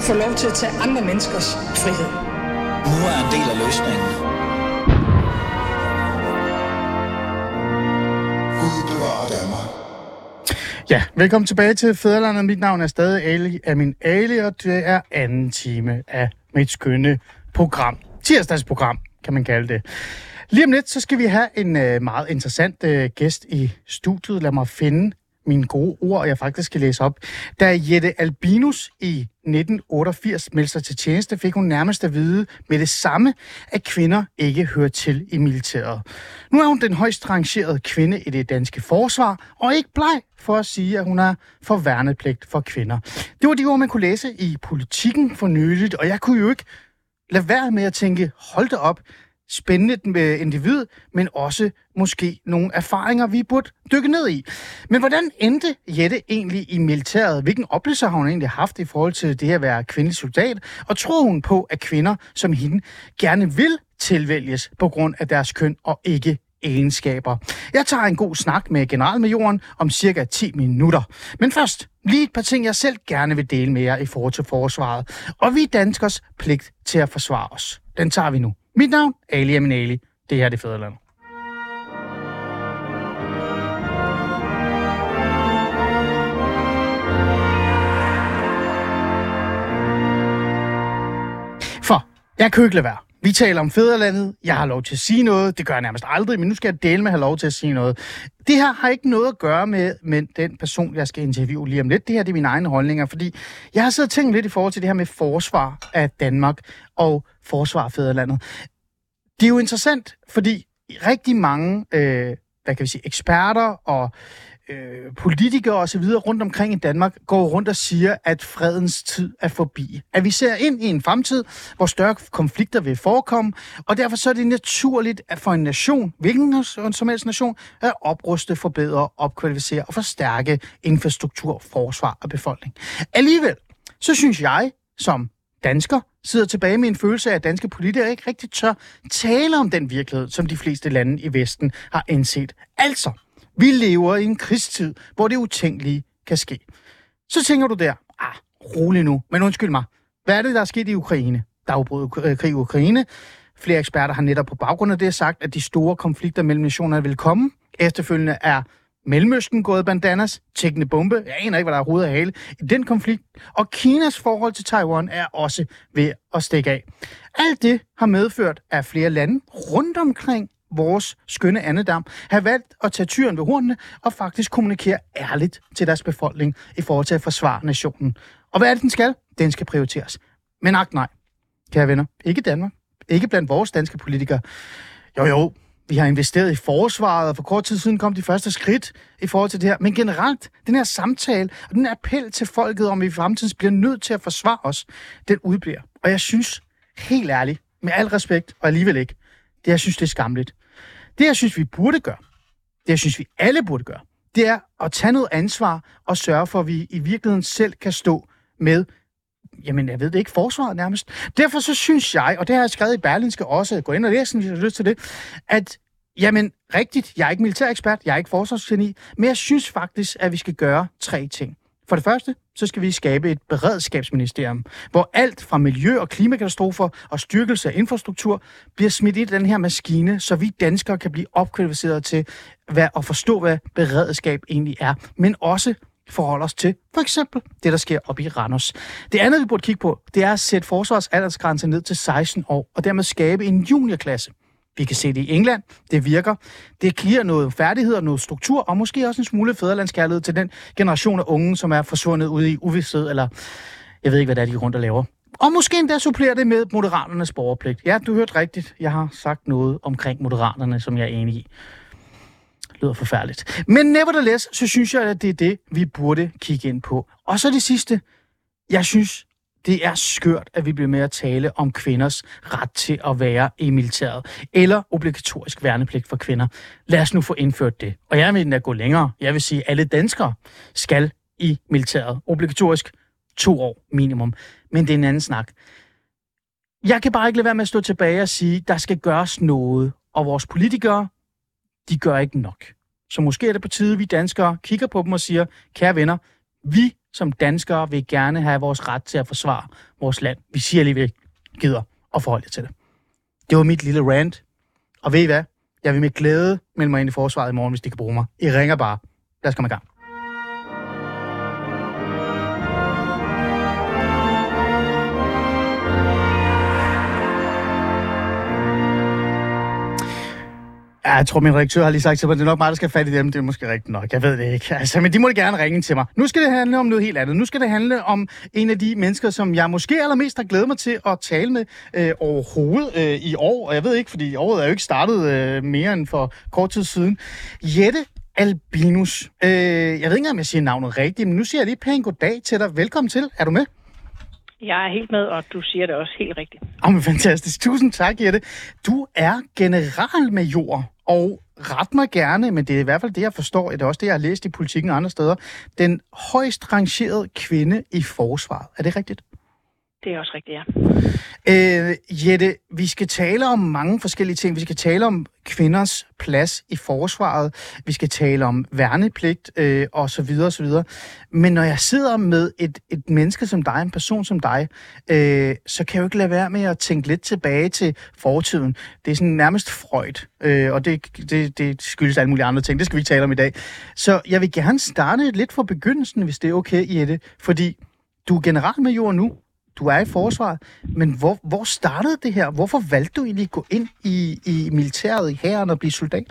få lov til at tage andre menneskers frihed. Nu er en del af løsningen. Ja, velkommen tilbage til Fædrelandet. Mit navn er stadig Ali Amin Ali, og det er anden time af mit skønne program. Tirsdagsprogram, kan man kalde det. Lige om lidt, så skal vi have en meget interessant gæst i studiet. Lad mig finde mine gode ord, og jeg faktisk skal læse op. Da Jette Albinus i 1988 meldte sig til tjeneste, fik hun nærmest at vide med det samme, at kvinder ikke hører til i militæret. Nu er hun den højst rangerede kvinde i det danske forsvar, og ikke bleg for at sige, at hun er for værnepligt for kvinder. Det var de ord, man kunne læse i Politikken for nyligt, og jeg kunne jo ikke lade være med at tænke, hold da op, spændende individ, men også måske nogle erfaringer, vi burde dykke ned i. Men hvordan endte Jette egentlig i militæret? Hvilken oplevelse har hun egentlig haft i forhold til det at være kvindelig soldat? Og tror hun på, at kvinder som hende gerne vil tilvælges på grund af deres køn og ikke egenskaber? Jeg tager en god snak med generalmajoren om cirka 10 minutter. Men først lige et par ting, jeg selv gerne vil dele med jer i forhold til forsvaret. Og vi danskers pligt til at forsvare os. Den tager vi nu. Mit navn er Ali Amin Ali. Det her er det Fædrelandet. For jeg kan ikke lade være. Vi taler om Fædrelandet. Jeg har lov til at sige noget. Det gør jeg nærmest aldrig, men nu skal jeg dele med at have lov til at sige noget. Det her har ikke noget at gøre med den person, jeg skal interviewe lige om lidt. Det her det er mine egne holdninger, fordi jeg har siddet og tænkt lidt i forhold til det her med forsvar af Danmark og forsvar af Fædrelandet. Det er jo interessant, fordi rigtig mange eksperter og politikere og så videre rundt omkring i Danmark går rundt og siger, at fredens tid er forbi. At vi ser ind i en fremtid, hvor større konflikter vil forekomme, og derfor så er det naturligt at for en nation, hvilken som helst nation, at opruste, forbedre, opkvalificere og forstærke infrastruktur, forsvar og befolkning. Alligevel, så synes jeg, som dansker, sidder tilbage med en følelse af, at danske politikere ikke rigtig tør tale om den virkelighed, som de fleste lande i Vesten har indset. Altså, vi lever i en krigstid, hvor det utænkelige kan ske. Så tænker du der, rolig nu, men undskyld mig. Hvad er det, der er sket i Ukraine? Der er jo brudt krig i Ukraine. Flere eksperter har netop på baggrund af det sagt, at de store konflikter mellem nationerne vil komme. Efterfølgende er Mellemøsten gået bandanas, tækkende bombe. Jeg aner ikke, hvad der er hoved og hale i den konflikt. Og Kinas forhold til Taiwan er også ved at stikke af. Alt det har medført, at flere lande rundt omkring vores skønne andedam har valgt at tage tyren ved hornene og faktisk kommunikere ærligt til deres befolkning i forhold til at forsvare nationen. Og hvad er det, den skal? Den skal prioriteres. Men nej, kære venner. Ikke Danmark. Ikke blandt vores danske politikere. Jo, vi har investeret i forsvaret, og for kort tid siden kom de første skridt i forhold til det her. Men generelt, den her samtale og den appel til folket, om vi i fremtiden bliver nødt til at forsvare os, den udbliver. Og jeg synes, helt ærligt, med al respekt, og alligevel ikke, det jeg synes, det er skamligt. Det jeg synes, vi burde gøre, det jeg synes, vi alle burde gøre, det er at tage noget ansvar og sørge for, at vi i virkeligheden selv kan stå med, jamen jeg ved det ikke, forsvaret nærmest. Derfor så synes jeg, og det har jeg skrevet i Berlingske også, gå ind og læse, hvis jeg har lyst til det, at jamen rigtigt, jeg er ikke militærekspert, jeg er ikke forsvarsgeni, men jeg synes faktisk, at vi skal gøre 3 ting. For det første, så skal vi skabe et beredskabsministerium, hvor alt fra miljø- og klimakatastrofer og styrkelse af infrastruktur bliver smidt i den her maskine, så vi danskere kan blive opkvalificeret til at forstå, hvad beredskab egentlig er, men også forholde os til for eksempel det, der sker oppe i Randers. Det andet, vi burde kigge på, det er at sætte forsvarsaldersgrænse ned til 16 år, og dermed skabe en juniorklasse. Vi kan se det i England. Det virker. Det giver noget færdigheder, noget struktur, og måske også en smule fædrelandskærlighed til den generation af unge, som er forsvundet ude i uvished, eller jeg ved ikke, hvad det er, de rundt og laver. Og måske endda supplerer det med moderaternes borgerpligt. Ja, du hørte rigtigt. Jeg har sagt noget omkring moderaterne, som jeg er enig i. Det lyder forfærdeligt. Men nevertheless, så synes jeg, at det er det, vi burde kigge ind på. Og så det sidste. Jeg synes, det er skørt, at vi bliver med at tale om kvinders ret til at være i militæret, eller obligatorisk værnepligt for kvinder. Lad os nu få indført det. Og jeg vil endda gå længere. Jeg vil sige, at alle danskere skal i militæret. Obligatorisk 2 år minimum. Men det er en anden snak. Jeg kan bare ikke lade være med at stå tilbage og sige, at der skal gøres noget. Og vores politikere, de gør ikke nok. Så måske er det på tide, vi danskere kigger på dem og siger, kære venner, Vi som danskere vil gerne have vores ret til at forsvare vores land. Vi siger lige, vi ikke gider at forholde jer til det. Det var mit lille rant. Og ved I hvad? Jeg vil med glæde melde mig ind i forsvaret i morgen, hvis de kan bruge mig. I ringer bare. Lad os komme i gang. Ja, jeg tror, min redaktør har lige sagt til mig, at det er nok mig, der skal fat i dem. Det er måske rigtigt nok. Jeg ved det ikke. Altså, men de må gerne ringe til mig. Nu skal det handle om noget helt andet. Nu skal det handle om en af de mennesker, som jeg måske allermest har glædet mig til at tale med overhovedet i år. Og jeg ved ikke, fordi året er jo ikke startet mere end for kort tid siden. Jette Albinus. Jeg ved ikke engang, om jeg siger navnet rigtigt, men nu siger jeg lige pænt goddag til dig. Velkommen til. Er du med? Jeg er helt med, og du siger det også helt rigtigt. Men fantastisk. Tusind tak, Jette. Du er generalmajor, og ret mig gerne, men det er i hvert fald det, jeg forstår, det er også det, jeg har læst i Politikken og andre steder, den højst rangerede kvinde i forsvaret. Er det rigtigt? Det er også rigtigt, ja. Jette, vi skal tale om mange forskellige ting. Vi skal tale om kvinders plads i forsvaret. Vi skal tale om værnepligt og så videre og så videre. Men når jeg sidder med et menneske som dig, en person som dig, så kan jeg jo ikke lade være med at tænke lidt tilbage til fortiden. Det er sådan nærmest Freud, og det skyldes alle mulige andre ting. Det skal vi ikke tale om i dag. Så jeg vil gerne starte lidt fra begyndelsen, hvis det er okay, Jette. Fordi du er generalmajor nu. Du er i forsvaret, men hvor startede det her? Hvorfor valgte du egentlig at gå ind i militæret, i hæren og blive soldat?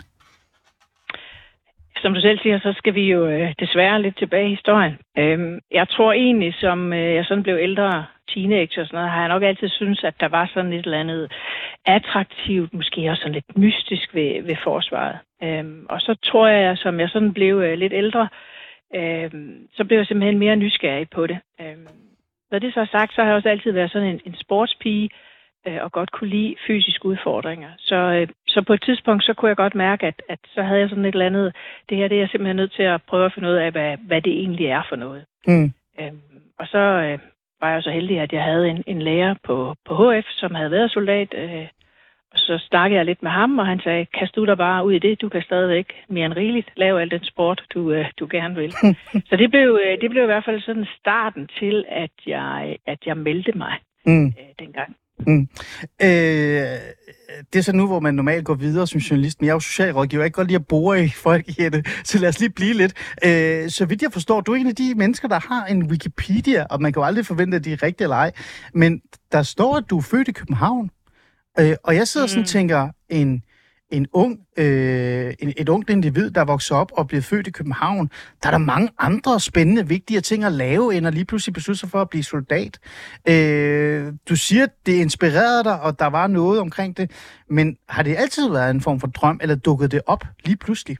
Som du selv siger, så skal vi jo desværre lidt tilbage i historien. Jeg tror egentlig, som jeg sådan blev ældre teenager og sådan noget, har jeg nok altid syntes, at der var sådan et eller andet attraktivt, måske også sådan lidt mystisk ved forsvaret. Og så tror jeg, som jeg sådan blev lidt ældre, så blev jeg simpelthen mere nysgerrig på det. Når det så er sagt, så har jeg også altid været sådan en sportspige og godt kunne lide fysiske udfordringer. Så på et tidspunkt, så kunne jeg godt mærke, at så havde jeg sådan et eller andet, det her det er jeg simpelthen nødt til at prøve at finde ud af, hvad det egentlig er for noget. Og så var jeg så heldig, at jeg havde en lærer på HF, som havde været soldat. Og så snakkede jeg lidt med ham, og han sagde, kast du dig bare ud i det, du kan stadigvæk mere end rigeligt lave al den sport, du gerne vil. Så det blev i hvert fald sådan starten til, at jeg meldte mig dengang. Det er så nu, hvor man normalt går videre som journalist, men jeg er jo socialrådgiver, jeg kan godt lide at bore i folk, Jette, så lad os lige blive lidt. Så vidt jeg forstår, du er en af de mennesker, der har en Wikipedia, og man kan jo aldrig forvente, at de er rigtige eller ej, men der står, at du er født i København. Og jeg sidder sådan og tænker, et ungt individ, der vokser op og bliver født i København, der er der mange andre spændende, vigtige ting at lave, end at lige pludselig beslutte sig for at blive soldat. Du siger, at det inspirerede dig, og der var noget omkring det, men har det altid været en form for drøm, eller dukkede det op lige pludselig?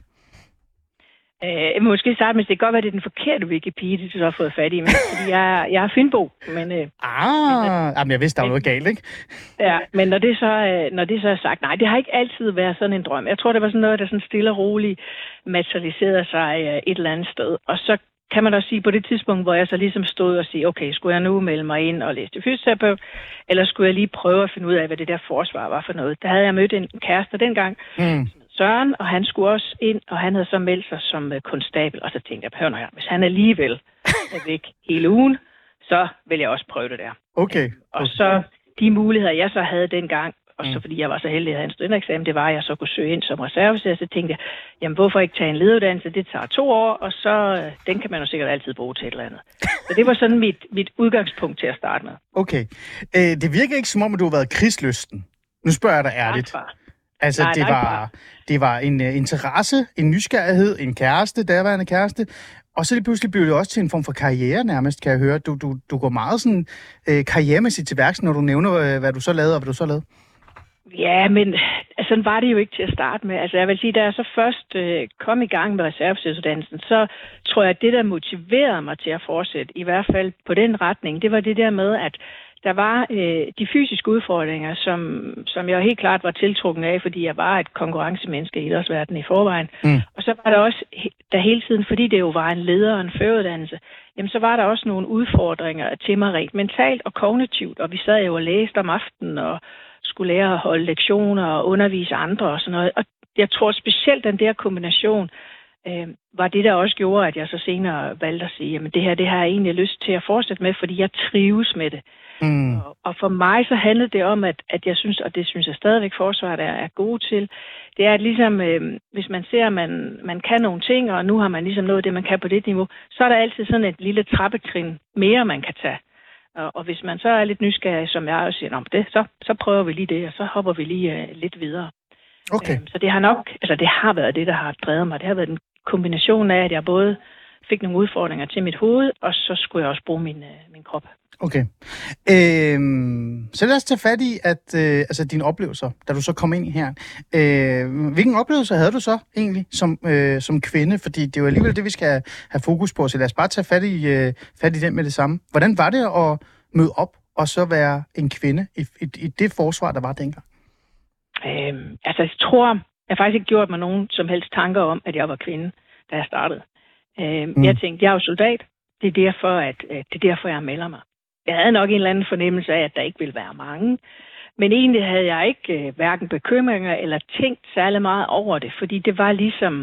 Måske starte med, det kan godt være, det er den forkerte Wikipedia, du har fået fat i, fordi jeg er Fynbo. Men jeg vidste, der var noget galt, ikke? Ja, men når det så er sagt, nej, det har ikke altid været sådan en drøm. Jeg tror, det var sådan noget, der sådan stille og roligt materialiserede sig et eller andet sted. Og så kan man også sige, på det tidspunkt, hvor jeg så ligesom stod og sige, okay, skulle jeg nu melde mig ind og læse til fysioterapeut, eller skulle jeg lige prøve at finde ud af, hvad det der forsvar var for noget? Der havde jeg mødt en kæreste dengang, Søren, og han skulle også ind, og han havde så meldt sig som konstabel, og så tænkte jeg, hør nu her, hvis han alligevel er væk hele ugen, så vil jeg også prøve det der. Okay. Og så de muligheder, jeg så havde dengang, og så fordi jeg var så heldig at have en studentereksamen, det var, at jeg så kunne søge ind som reserveofficer, så tænkte jeg, jamen hvorfor ikke tage en lederuddannelse, det tager 2 år, og så den kan man jo sikkert altid bruge til et eller andet. Så det var sådan mit udgangspunkt til at starte med. Okay. Det virker ikke som om, at du har været krigslysten. Nu spørger jeg dig ærligt. Altså, det var en interesse, en nysgerrighed, en kæreste, daværende kæreste, og så lige pludselig blev det også til en form for karriere nærmest, kan jeg høre. Du går meget sådan karrieremæssigt til værks, når du nævner, hvad du så lavede, og hvad du så lavede. Ja, men sådan var det jo ikke til at starte med. Altså, jeg vil sige, da jeg så først kom i gang med reserveofficersuddannelsen, så tror jeg, at det, der motiverede mig til at fortsætte, i hvert fald på den retning, det var det der med, at der var de fysiske udfordringer, som jeg helt klart var tiltrukken af, fordi jeg var et konkurrencemenneske i idrætsverdenen i forvejen. Og så var der også, der hele tiden, fordi det jo var en leder og en føreruddannelse, jamen så var der også nogle udfordringer til mig rent mentalt og kognitivt, og vi sad jo og læste om aftenen og skulle lære at holde lektioner og undervise andre og sådan noget. Og jeg tror specielt den der kombination var det, der også gjorde, at jeg så senere valgte at sige, jamen det her, det har jeg egentlig lyst til at fortsætte med, fordi jeg trives med det. Og for mig så handlede det om, at jeg synes, og det synes jeg stadigvæk forsvaret er gode til, det er, at ligesom, hvis man ser, at man kan nogle ting, og nu har man ligesom nået det, man kan på det niveau, så er der altid sådan et lille trappetrin mere, man kan tage. Og hvis man så er lidt nysgerrig, som jeg også siger, det, så prøver vi lige det, og så hopper vi lige lidt videre. Okay. Så det har nok, altså det har været det, der har drevet mig. Det har været en kombination af, at jeg både fik nogle udfordringer til mit hoved, og så skulle jeg også bruge min krop. Okay. Så lad os tage fat i, at dine oplevelser, da du så kom ind her. Hvilken oplevelser havde du så egentlig som kvinde? Fordi det er jo alligevel det, vi skal have fokus på, så lad os bare tage fat i den med det samme. Hvordan var det at møde op og så være en kvinde i det forsvar, der var dengang? Jeg tror, jeg faktisk ikke gjort mig nogen som helst tanker om, at jeg var kvinde, da jeg startede. Jeg tænkte, jeg er jo soldat. Det er derfor, jeg melder mig. Jeg havde nok en eller anden fornemmelse af, at der ikke ville være mange. Men egentlig havde jeg ikke hverken bekymringer eller tænkt særlig meget over det, fordi det var ligesom...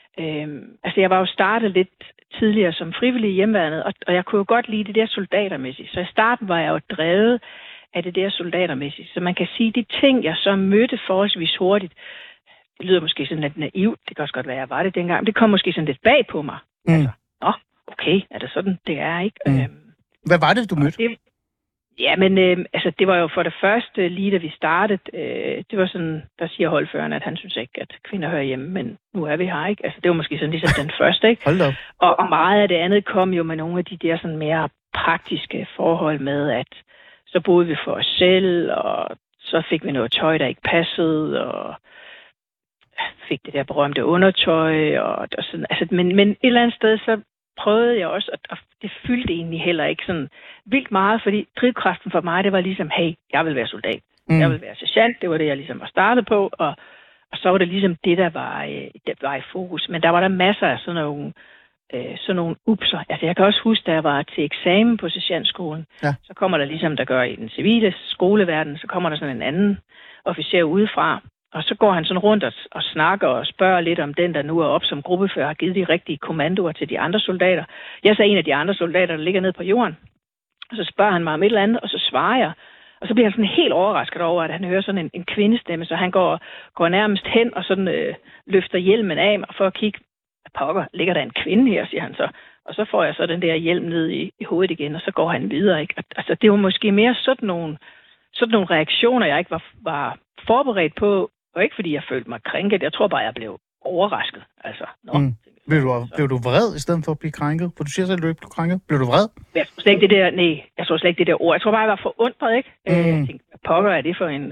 jeg var jo startet lidt tidligere som frivillig i hjemmeværnet, og jeg kunne jo godt lide det der soldatermæssigt. Så i starten var jeg jo drevet af det der soldatermæssigt. Så man kan sige, de ting, jeg så mødte forholdsvis hurtigt, det lyder måske sådan lidt naivt, det kan også godt være, jeg var det dengang, men det kom måske sådan lidt bag på mig. Altså, okay, er det sådan, det er, ikke? Hvad var det, du mødte? Det var jo for det første, lige da vi startede, det var sådan, der siger holdføreren, at han synes ikke, at kvinder hører hjemme, men nu er vi her, ikke? Altså, det var måske sådan ligesom den første, ikke? Hold da op. Og meget af det andet kom jo med nogle af de der sådan mere praktiske forhold med, at så boede vi for os selv, og så fik vi noget tøj, der ikke passede, og fik det der berømte undertøj, og sådan, altså, men et eller andet sted, så prøvede jeg også, og det fyldte egentlig heller ikke sådan vildt meget, fordi drivkraften for mig, det var ligesom, hey, jeg vil være soldat. Jeg vil være sergeant, det var det, jeg ligesom var startet på, og så var det ligesom det, der var i fokus. Men der var der masser af sådan nogle upser. Altså jeg kan også huske, da jeg var til eksamen på sergeantskolen, så kommer der ligesom, der gør i den civile skoleverden, så kommer der sådan en anden officer udefra, og så går han sådan rundt og snakker og spørger lidt om den, der nu er op som gruppefører, har givet de rigtige kommandoer til de andre soldater. Jeg er så en af de andre soldater, der ligger nede på jorden. Og så spørger han mig om et eller andet, og så svarer jeg. Og så bliver han sådan helt overrasket over, at han hører sådan en kvindestemme, så han går nærmest hen og sådan løfter hjelmen af mig for at kigge. Pokker, ligger der en kvinde her, siger han så. Og så får jeg så den der hjelm ned i hovedet igen, og så går han videre. Ikke? Altså, det var måske mere sådan nogle reaktioner, jeg ikke var forberedt på, og ikke fordi jeg følte mig krænket. Jeg tror bare, jeg blev overrasket. Altså, Blev du vred i stedet for at blive krænket? For du siger selv, at du ikke blev krænket. Blev du vred? Jeg tror slet ikke det der ord. Jeg tror bare, jeg var forundret, ikke? Jeg tænkte, hvad pokker er det for en...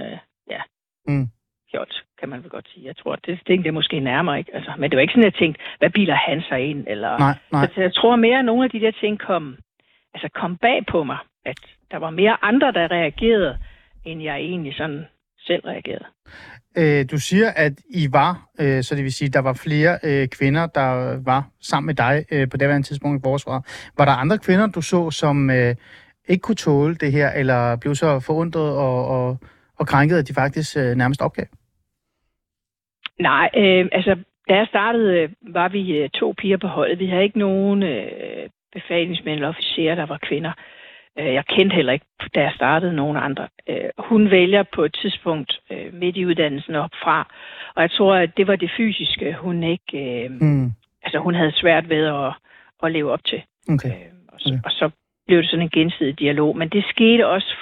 Fjort, kan man vel godt sige. Jeg tror, det tænkte jeg måske nærmere, ikke? Altså, men det var ikke sådan, at jeg tænkte, hvad biler han sig ind? Eller... Nej. Så jeg tror mere, at nogle af de der ting kom bag på mig. At der var mere andre, der reagerede, end jeg egentlig sådan selv reagerede. Du siger, at I var, så det vil sige, der var flere kvinder, der var sammen med dig på det tidspunkt i forsvaret. Var der andre kvinder, du så, som ikke kunne tåle det her, eller blev så forundret og krænket, at de faktisk nærmest opgav? Nej, da jeg startede, var vi 2 piger på holdet. Vi havde ikke nogen befalingsmænd eller officerer, der var kvinder. Jeg kendte heller ikke, da jeg startede, nogen andre. Hun vælger på et tidspunkt midt i uddannelsen op fra, og jeg tror, at det var det fysiske, hun ikke... hun havde svært ved at leve op til. Okay. Og så blev det sådan en gensidig dialog. Men det skete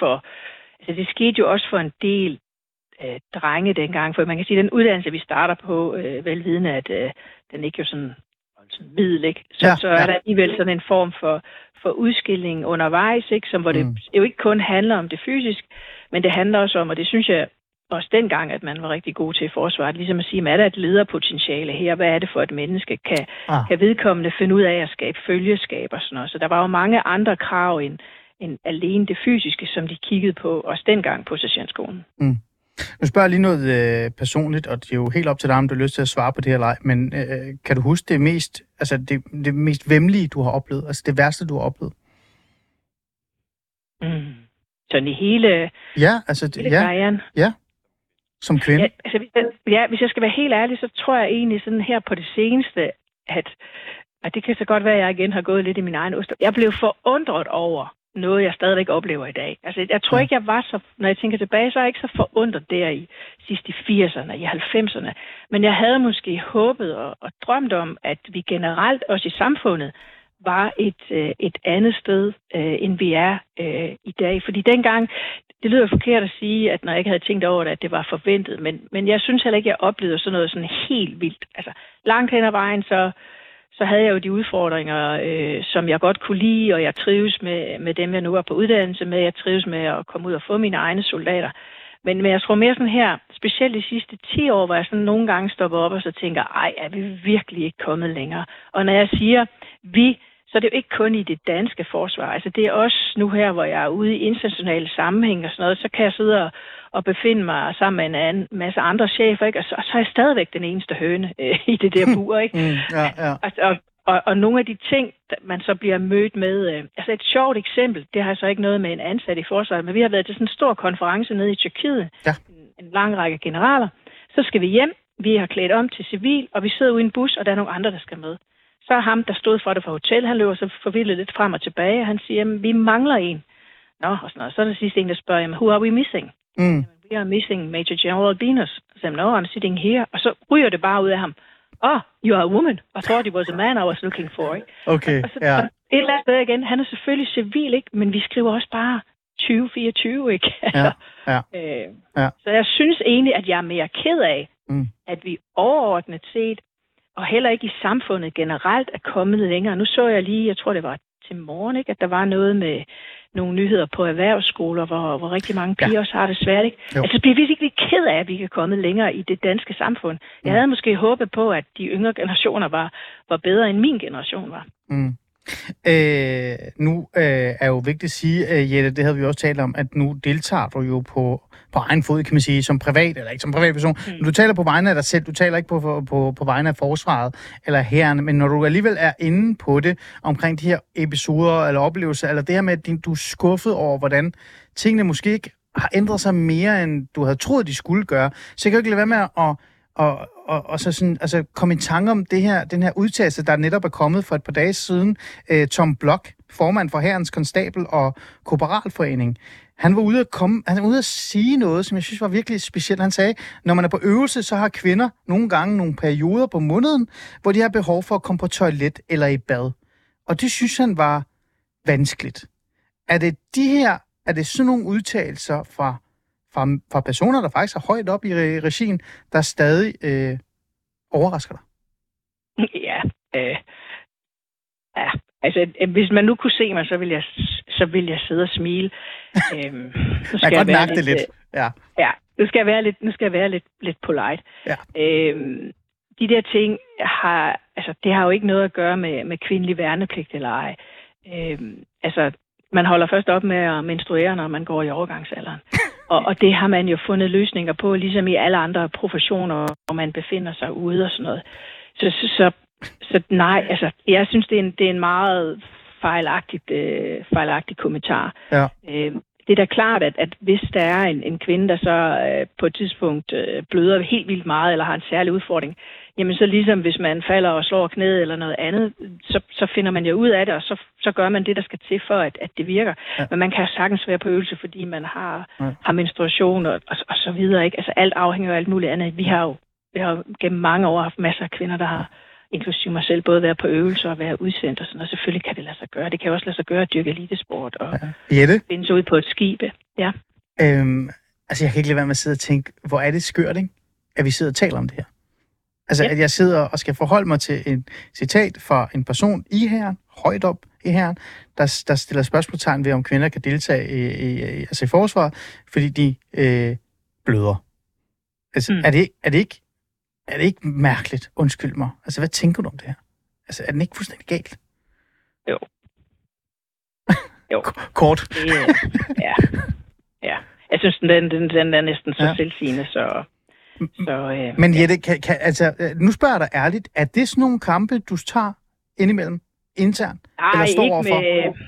jo også for en del drenge dengang, for man kan sige, at den uddannelse, vi starter på, velvidende, at den ikke jo sådan middel, ikke? Så er der alligevel sådan en form for udskilling undervejs, ikke? Hvor det jo ikke kun handler om det fysisk, men det handler også om, og det synes jeg også dengang, at man var rigtig god til i forsvaret, ligesom at sige, er der et lederpotentiale her? Hvad er det for et menneske? Kan vedkommende finde ud af at skabe følgeskab og sådan noget? Så der var jo mange andre krav end alene det fysiske, som de kiggede på, også dengang på sergeantskolen. Nu spørger jeg lige noget personligt, og det er jo helt op til dig, om du har lyst til at svare på det her eller ej, men kan du huske det mest væmmelige, du har oplevet? Altså det værste, du har oplevet? Sådan i hele karrieren? Ja, som kvinde? Hvis jeg skal være helt ærlig, så tror jeg egentlig sådan her på det seneste, at det kan så godt være, at jeg igen har gået lidt i min egen ost. Jeg blev forundret over noget, jeg stadigvæk oplever i dag. Altså, jeg tror ikke, jeg var så... Når jeg tænker tilbage, så er jeg ikke så forundret der i sidst i 80'erne, i 90'erne. Men jeg havde måske håbet og drømt om, at vi generelt, også i samfundet, var et andet sted, end vi er i dag. Fordi dengang, det lyder forkert at sige, at når jeg ikke havde tænkt over det, at det var forventet. Men jeg synes heller ikke, jeg oplevede sådan noget sådan helt vildt. Altså, langt hen ad vejen, så havde jeg jo de udfordringer, som jeg godt kunne lide, og jeg trives med dem, jeg nu er på uddannelse med. Jeg trives med at komme ud og få mine egne soldater. Men jeg tror mere sådan her, specielt de sidste 10 år, hvor jeg sådan nogle gange stopper op og så tænker, er vi virkelig ikke kommet længere? Og når jeg siger vi, så er det jo ikke kun i det danske forsvar. Altså det er også nu her, hvor jeg er ude i internationale sammenhæng og sådan noget, så kan jeg sidde og befinde mig sammen med en masse andre chefer, ikke? Og så er jeg stadigvæk den eneste høne i det der bur, ikke? Ja. Og nogle af de ting, man så bliver mødt med... altså et sjovt eksempel, det har så ikke noget med en ansat i forsvaret, men vi har været til sådan en stor konference nede i Tyrkiet. Ja. En lang række generaler. Så skal vi hjem, vi har klædt om til civil, og vi sidder ude i en bus, og der er nogle andre, der skal med. Så er ham, der stod for det fra hotel, han løber så forvildet lidt frem og tilbage, og han siger, vi mangler en. Nå, og sådan noget. Så er der sidst en, der spørger, who are we missing? We are missing Major General Albinus. Så siger no, I'm sitting here. Og så ryger det bare ud af ham. You are a woman. I thought it was a man I was looking for. Ikke? Okay, og så, et eller andet sted igen, han er selvfølgelig civil, ikke? Men vi skriver også bare 2024, ikke? Altså, så jeg synes egentlig, at jeg er mere ked af, at vi overordnet set, og heller ikke i samfundet generelt, er kommet længere. Nu så jeg lige, jeg tror det var til morgen, ikke? At der var noget med nogle nyheder på erhvervsskoler, hvor rigtig mange piger også har det svært, ikke? Jo. Altså, bliver vi virkelig ked af, at vi kan komme længere i det danske samfund. Jeg havde måske håbet på, at de yngre generationer var bedre, end min generation var. Nu er jo vigtigt at sige, Jette, det havde vi også talt om, at nu deltager du jo på egen fod, kan man sige, som privat, eller ikke som privatperson. Du taler på vegne af dig selv, du taler ikke på vegne af forsvaret eller hæren, men når du alligevel er inde på det, omkring de her episoder eller oplevelser, eller det her med, at du er skuffet over, hvordan tingene måske ikke har ændret sig mere, end du havde troet, de skulle gøre, så jeg kan jo ikke lade være med og så sådan, altså komme i tanke om den her udtalelse, der netop er kommet for et par dage siden. Tom Blok, formand for Hærens Konstabel og Korporalforening, han var ude at sige noget, som jeg synes var virkelig specielt. Han sagde, når man er på øvelse, så har kvinder nogle gange nogle perioder på måneden, hvor de har behov for at komme på toilet eller i bad. Og det synes han var vanskeligt. Er det sådan nogle udtalelser fra personer, der faktisk er højt op i regien, der stadig overrasker dig? Ja. Altså, hvis man nu kunne se mig, så vil jeg sidde og smile. Jeg kan godt mærke det lidt. Ja, nu skal jeg være lidt polite. Ja. De der ting det har jo ikke noget at gøre med kvindelig værnepligt eller ej. Man holder først op med at menstruere, når man går i overgangsalderen. Og det har man jo fundet løsninger på, ligesom i alle andre professioner, hvor man befinder sig ude og sådan noget. Så nej, altså, jeg synes, det er en meget fejlagtig kommentar. Ja. Det er da klart, at hvis der er en kvinde, der så på et tidspunkt bløder helt vildt meget, eller har en særlig udfordring, jamen så ligesom hvis man falder og slår knæet eller noget andet, så finder man jo ud af det, og så gør man det, der skal til for, at det virker. Ja. Men man kan sagtens være på øvelse, fordi man har menstruation og så videre, ikke? Altså alt afhænger af alt muligt andet. Vi har jo gennem mange år haft masser af kvinder, der har, inklusive mig selv, både være på øvelser og være udsendt og sådan, og selvfølgelig kan det lade sig gøre. Det kan også lade sig gøre at dyrke elitesport og finde sig ud på et skib. Ja. Altså jeg kan ikke lade være med at sidde og tænke, hvor er det skørt, ikke? At vi sidder og taler om det her. Altså, at jeg sidder og skal forholde mig til en citat fra en person i hæren, højt op i hæren, der stiller spørgsmålstegn ved, om kvinder kan deltage i forsvaret, fordi de bløder. Altså, er det ikke mærkeligt? Undskyld mig. Altså, hvad tænker du om det her? Altså, er den ikke fuldstændig galt? Jo. Kort. Ja. Jeg synes, den er næsten så selvsigende, så... Men Jette, nu spørger jeg dig ærligt, er det sådan nogle kampe, du tager indimellem internt? Nej, eller står overfor?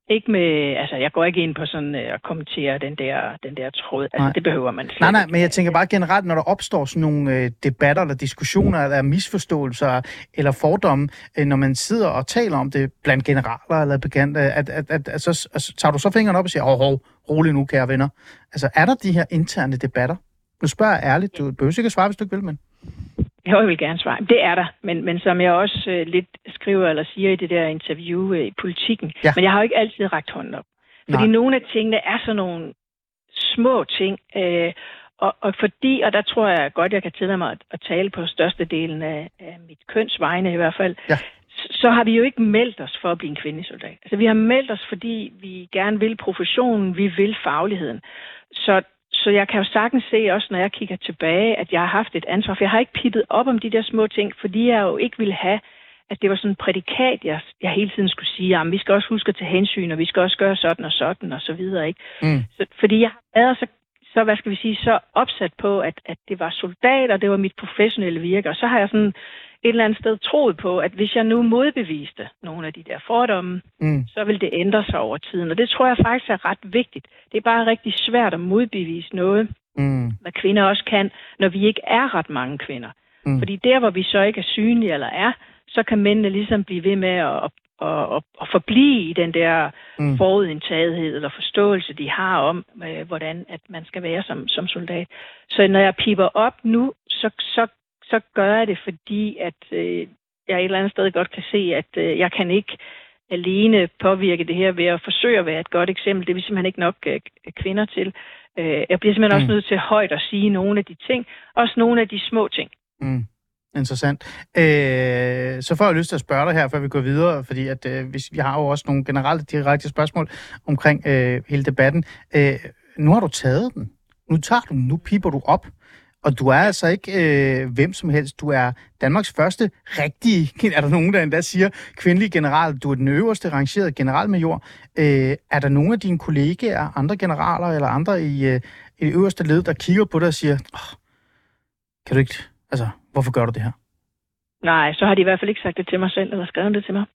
Ikke med, altså jeg går ikke ind på sådan at kommentere den der tråd. Altså det behøver man slet Nej, ikke. men jeg tænker bare generelt, når der opstår sådan nogle debatter eller diskussioner eller misforståelser eller fordomme, når man sidder og taler om det blandt generaler eller bekendte, så tager du så fingeren op og siger, rolig nu, kære venner. Altså er der de her interne debatter? Nu spørger jeg ærligt, du behøver ikke at svare, hvis du ikke vil, men... Jeg vil gerne svare. Det er der, men som jeg også lidt skriver eller siger i det der interview i Politikken, men jeg har jo ikke altid rakt hånden op. Fordi nogle af tingene er sådan nogle små ting, og der tror jeg godt, jeg kan tillade mig at tale på størstedelen af mit køns vegne i hvert fald, så har vi jo ikke meldt os for at blive en kvindesoldat. Altså vi har meldt os, fordi vi gerne vil professionen, vi vil fagligheden. Så jeg kan jo sagtens se også, når jeg kigger tilbage, at jeg har haft et ansvar, for jeg har ikke pippet op om de der små ting, fordi jeg jo ikke ville have, at det var sådan en prædikat, jeg hele tiden skulle sige, at vi skal også huske at tage hensyn, og vi skal også gøre sådan, og så videre, ikke? Så, fordi jeg har været så, hvad skal vi sige, så opsat på, at det var soldat, og det var mit professionelle virke, og så har jeg sådan et eller andet sted troet på, at hvis jeg nu modbeviste nogle af de der fordomme, så vil det ændre sig over tiden. Og det tror jeg faktisk er ret vigtigt. Det er bare rigtig svært at modbevise noget, hvad kvinder også kan, når vi ikke er ret mange kvinder. Fordi der, hvor vi så ikke er synlige eller er, så kan mændene ligesom blive ved med at forblive i den der forudindtagethed eller forståelse, de har om, hvordan at man skal være som soldat. Så når jeg piper op nu, så gør jeg det, fordi at jeg et eller andet sted godt kan se, at jeg kan ikke alene påvirke det her ved at forsøge at være et godt eksempel. Det er vi simpelthen ikke nok kvinder til. Jeg bliver simpelthen også nødt til højt at sige nogle af de ting, også nogle af de små ting. Interessant. Så får jeg lyst til at spørge dig her, før vi går videre, fordi at vi har jo også nogle generelle direkte spørgsmål omkring hele debatten. Nu har du taget den. Nu piper du op. Og du er altså ikke hvem som helst. Du er Danmarks første rigtige, er der nogen, der endda siger, kvindelige general. Du er den øverste rangerede generalmajor. Er der nogen af dine kollegaer, andre generaler eller andre i det øverste led, der kigger på dig og siger, kan du ikke, altså, hvorfor gør du det her? Nej, så har de i hvert fald ikke sagt det til mig selv, eller skrevet det til mig.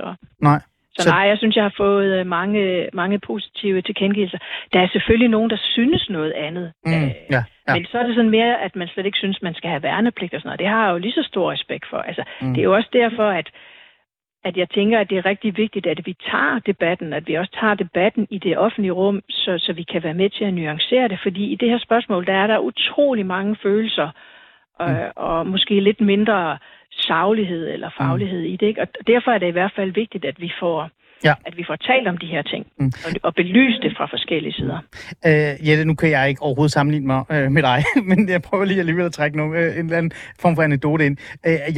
Så nej, jeg synes, jeg har fået mange positive tilkendegivelser. Der er selvfølgelig nogen, der synes noget andet. Men så er det sådan mere, at man slet ikke synes, man skal have værnepligt og sådan noget. Det har jeg jo lige så stor respekt for. Altså, det er jo også derfor, at jeg tænker, at det er rigtig vigtigt, at vi tager debatten, at vi også tager debatten i det offentlige rum, så vi kan være med til at nuancere det. Fordi i det her spørgsmål, der er der utrolig mange følelser, og måske lidt mindre saglighed eller faglighed i det, ikke? Og derfor er det i hvert fald vigtigt, at vi får talt om de her ting, og belyst det fra forskellige sider. Jette, nu kan jeg ikke overhovedet sammenligne mig med dig, men jeg prøver lige alligevel at trække en eller anden form for anekdote ind.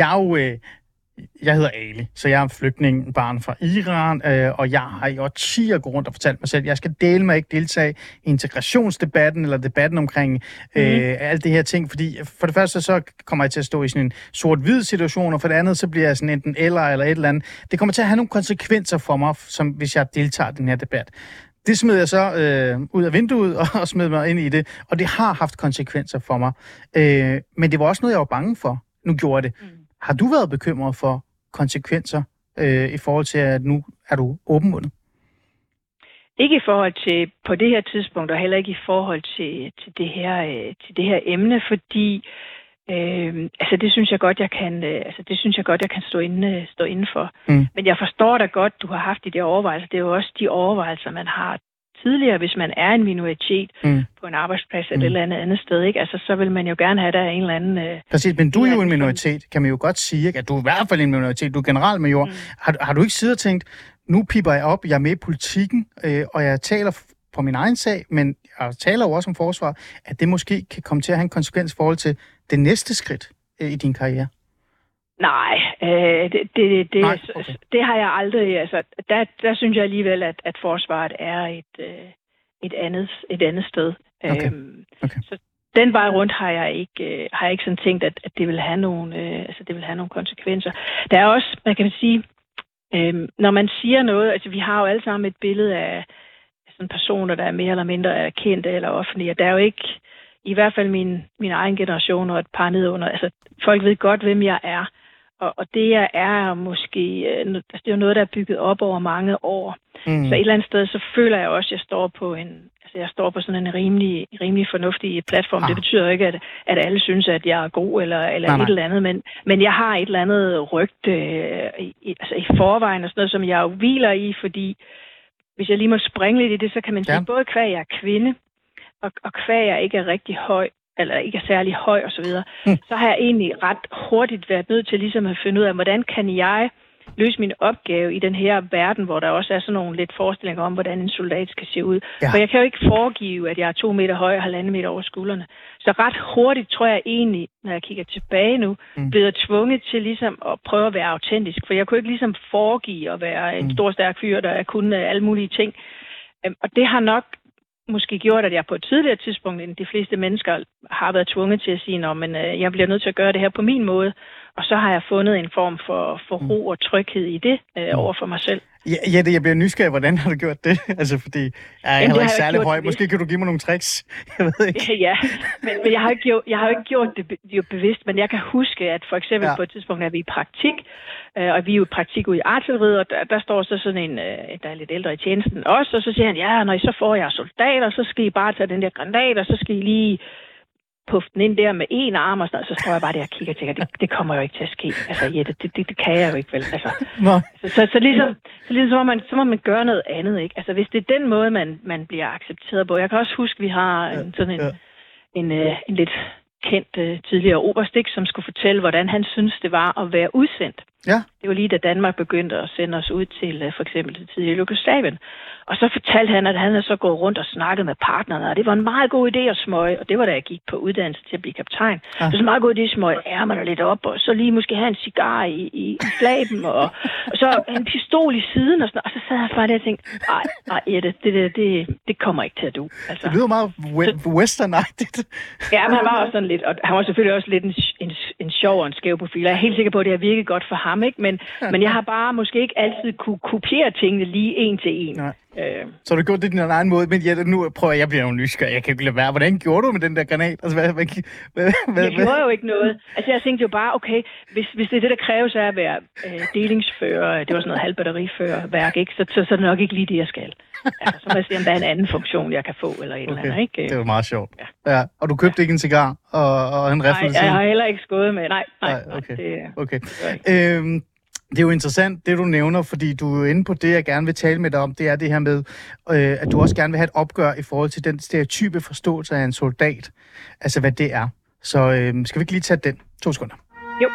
Jeg hedder Ali, så jeg er flygtningebarn fra Iran, og jeg har i årtier gået rundt og fortalt mig selv, at jeg skal dele mig ikke deltage i integrationsdebatten eller debatten omkring alt det her ting, fordi for det første så kommer jeg til at stå i sådan en sort-hvid situation, og for det andet så bliver jeg sådan enten eller et eller andet. Det kommer til at have nogle konsekvenser for mig, som hvis jeg deltager i den her debat. Det smed jeg så ud af vinduet og smed mig ind i det, og det har haft konsekvenser for mig. Men det var også noget, jeg var bange for. Nu gjorde jeg det. Har du været bekymret for konsekvenser i forhold til, at nu er du åbenmundet? Ikke i forhold til på det her tidspunkt, og heller ikke i forhold til det her emne, fordi det synes jeg godt, jeg kan stå inde for. Men jeg forstår da godt, du har haft de overvejelser. Det er jo også de overvejelser, man har tidligere, hvis man er en minoritet på en arbejdsplads eller et andet sted, ikke? Altså, så vil man jo gerne have der en eller anden... Præcis, men du er jo en minoritet, kan man jo godt sige, ikke? At du er i hvert fald en minoritet, du er generalmajor. Har du ikke siddet og tænkt, nu piper jeg op, jeg er med i Politikken, og jeg taler på min egen sag, men jeg taler jo også om forsvar, at det måske kan komme til at have en konsekvens i forhold til det næste skridt i din karriere? Nej, det har jeg aldrig. Altså, der synes jeg alligevel, at forsvaret er et andet sted. Okay. Så den vej rundt har jeg ikke sådan tænkt, at det vil have nogle konsekvenser. Der er også, man kan sige, når man siger noget, altså vi har jo alle sammen et billede af sådan personer, der er mere eller mindre kendte eller offentlige, og der er jo ikke, i hvert fald min egen generation og et par nedunder, altså folk ved godt, hvem jeg er. Og det jeg er måske, det er jo noget, der er bygget op over mange år. Så et eller andet sted, så føler jeg også, at jeg står på sådan en rimelig fornuftig platform. Det betyder ikke, at alle synes, at jeg er god eller et eller andet, men jeg har et eller andet rygte i forvejen og sådan noget, som jeg jo hviler i, fordi hvis jeg lige må springe lidt i det, så kan man sige, både kvæg jeg er kvinde, og kvæg jeg ikke er rigtig høj, eller ikke er særlig høj og så videre, så har jeg egentlig ret hurtigt været nødt til ligesom at finde ud af, hvordan kan jeg løse min opgave i den her verden, hvor der også er sådan nogle lidt forestillinger om, hvordan en soldat skal se ud. Ja. For jeg kan jo ikke foregive, at jeg er 2 meter høj og 1,5 meter over skuldrene. Så ret hurtigt tror jeg egentlig, når jeg kigger tilbage nu, bliver tvunget til ligesom at prøve at være autentisk. For jeg kunne ikke ligesom foregive at være en stor, stærk fyr, der kunne alle mulige ting. Og det har nok måske gjort, at jeg på et tidligere tidspunkt end de fleste mennesker har været tvunget til at sige, men jeg bliver nødt til at gøre det her på min måde. Og så har jeg fundet en form for ro og tryghed i det over for mig selv. Ja, jeg bliver nysgerrig. Hvordan har du gjort det? Altså, fordi jeg er heller ikke særlig høj. Måske kan du give mig nogle tricks. Jeg ved ikke. Ja, men jeg har jo ikke gjort det jo bevidst, men jeg kan huske, at for eksempel på et tidspunkt er vi i praktik, og vi er jo i praktik ude i artilleriet, og der står så sådan en, der er lidt ældre i tjenesten også, og så siger han, når I så får jer soldater, så skal I bare tage den der granat, og så skal I lige puffe den ind der med en arm, og så står jeg bare der og kigger og tænker, det kommer jo ikke til at ske. Altså, Jette, det kan jeg jo ikke vel. Altså, så ligesom så må man gøre noget andet, ikke? Altså, hvis det er den måde, man bliver accepteret på. Jeg kan også huske, vi har en lidt kendt tidligere oberstik, som skulle fortælle, hvordan han synes, det var at være udsendt. Ja. Det var lige da Danmark begyndte at sende os ud til for eksempel til tidligere Jugoslavien. Og så fortalte han, at han havde så gået rundt og snakket med partnerne, og det var en meget god idé at smøge, og det var da jeg gik på uddannelse til at blive kaptajn. Ja. Det var en meget god idé at smøge ærmerne lidt op, og så lige måske have en cigar i flaben, og så en pistol i siden, og sådan, og så sad jeg bare der og tænkte, nej, Jette, det kommer ikke til at du. Altså, det lyder meget westernagtigt. Ja, men han var også sådan lidt, og han var selvfølgelig også lidt en sjov og en skæv profil. Jeg er helt sikker på, at det har virket godt for ham, ikke? Men jeg har bare måske ikke altid kunne kopiere tingene lige en til en. Så har du gjort det din egen måde, men nu prøver jeg bliver jo nysgerrig. Jeg kan ikke lade være. Hvordan gjorde du med den der granat? Altså, jeg gjorde jo ikke noget. Altså, jeg tænkte jo bare, okay, hvis det er det, der kræves af at være delingsfører, det var sådan noget halvbatteriførerværk, ikke? Så er det nok ikke lige det, jeg skal. Altså, så må jeg se, om der er en anden funktion, jeg kan få, eller et eller andet, ikke? Det var meget sjovt. Ja. Og du købte ikke en cigar, og en riffel? Nej, jeg har heller ikke skåret med. Nej. Okay. Det er jo interessant, det du nævner, fordi du er inde på det, jeg gerne vil tale med dig om, det er det her med, at du også gerne vil have et opgør i forhold til den stereotype forståelse af en soldat. Altså, hvad det er. Så skal vi ikke lige tage den? 2 sekunder. Jo.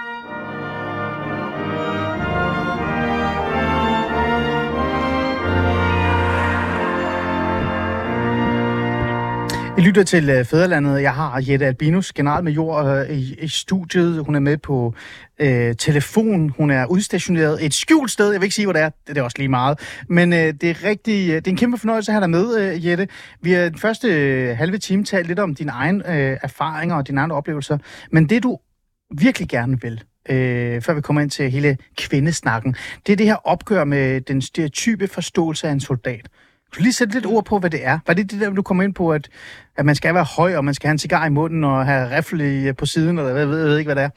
I lytter til Fædrelandet. Jeg har Jette Albinus, generalmajor i studiet. Hun er med på telefon. Hun er udstationeret et skjult sted. Jeg vil ikke sige, hvor det er. Det er også lige meget. Men det er en kæmpe fornøjelse at have dig med, Jette. Vi har den første halve time talt lidt om dine egne erfaringer og dine egne oplevelser. Men det, du virkelig gerne vil, før vi kommer ind til hele kvindesnakken, det er det her opgør med den stereotype forståelse af en soldat. Du lige sætte lidt ord på, hvad det er. Var det der, du kom ind på, at man skal være høj, og man skal have en cigar i munden, og have riffel på siden, eller jeg ved ikke, hvad det er?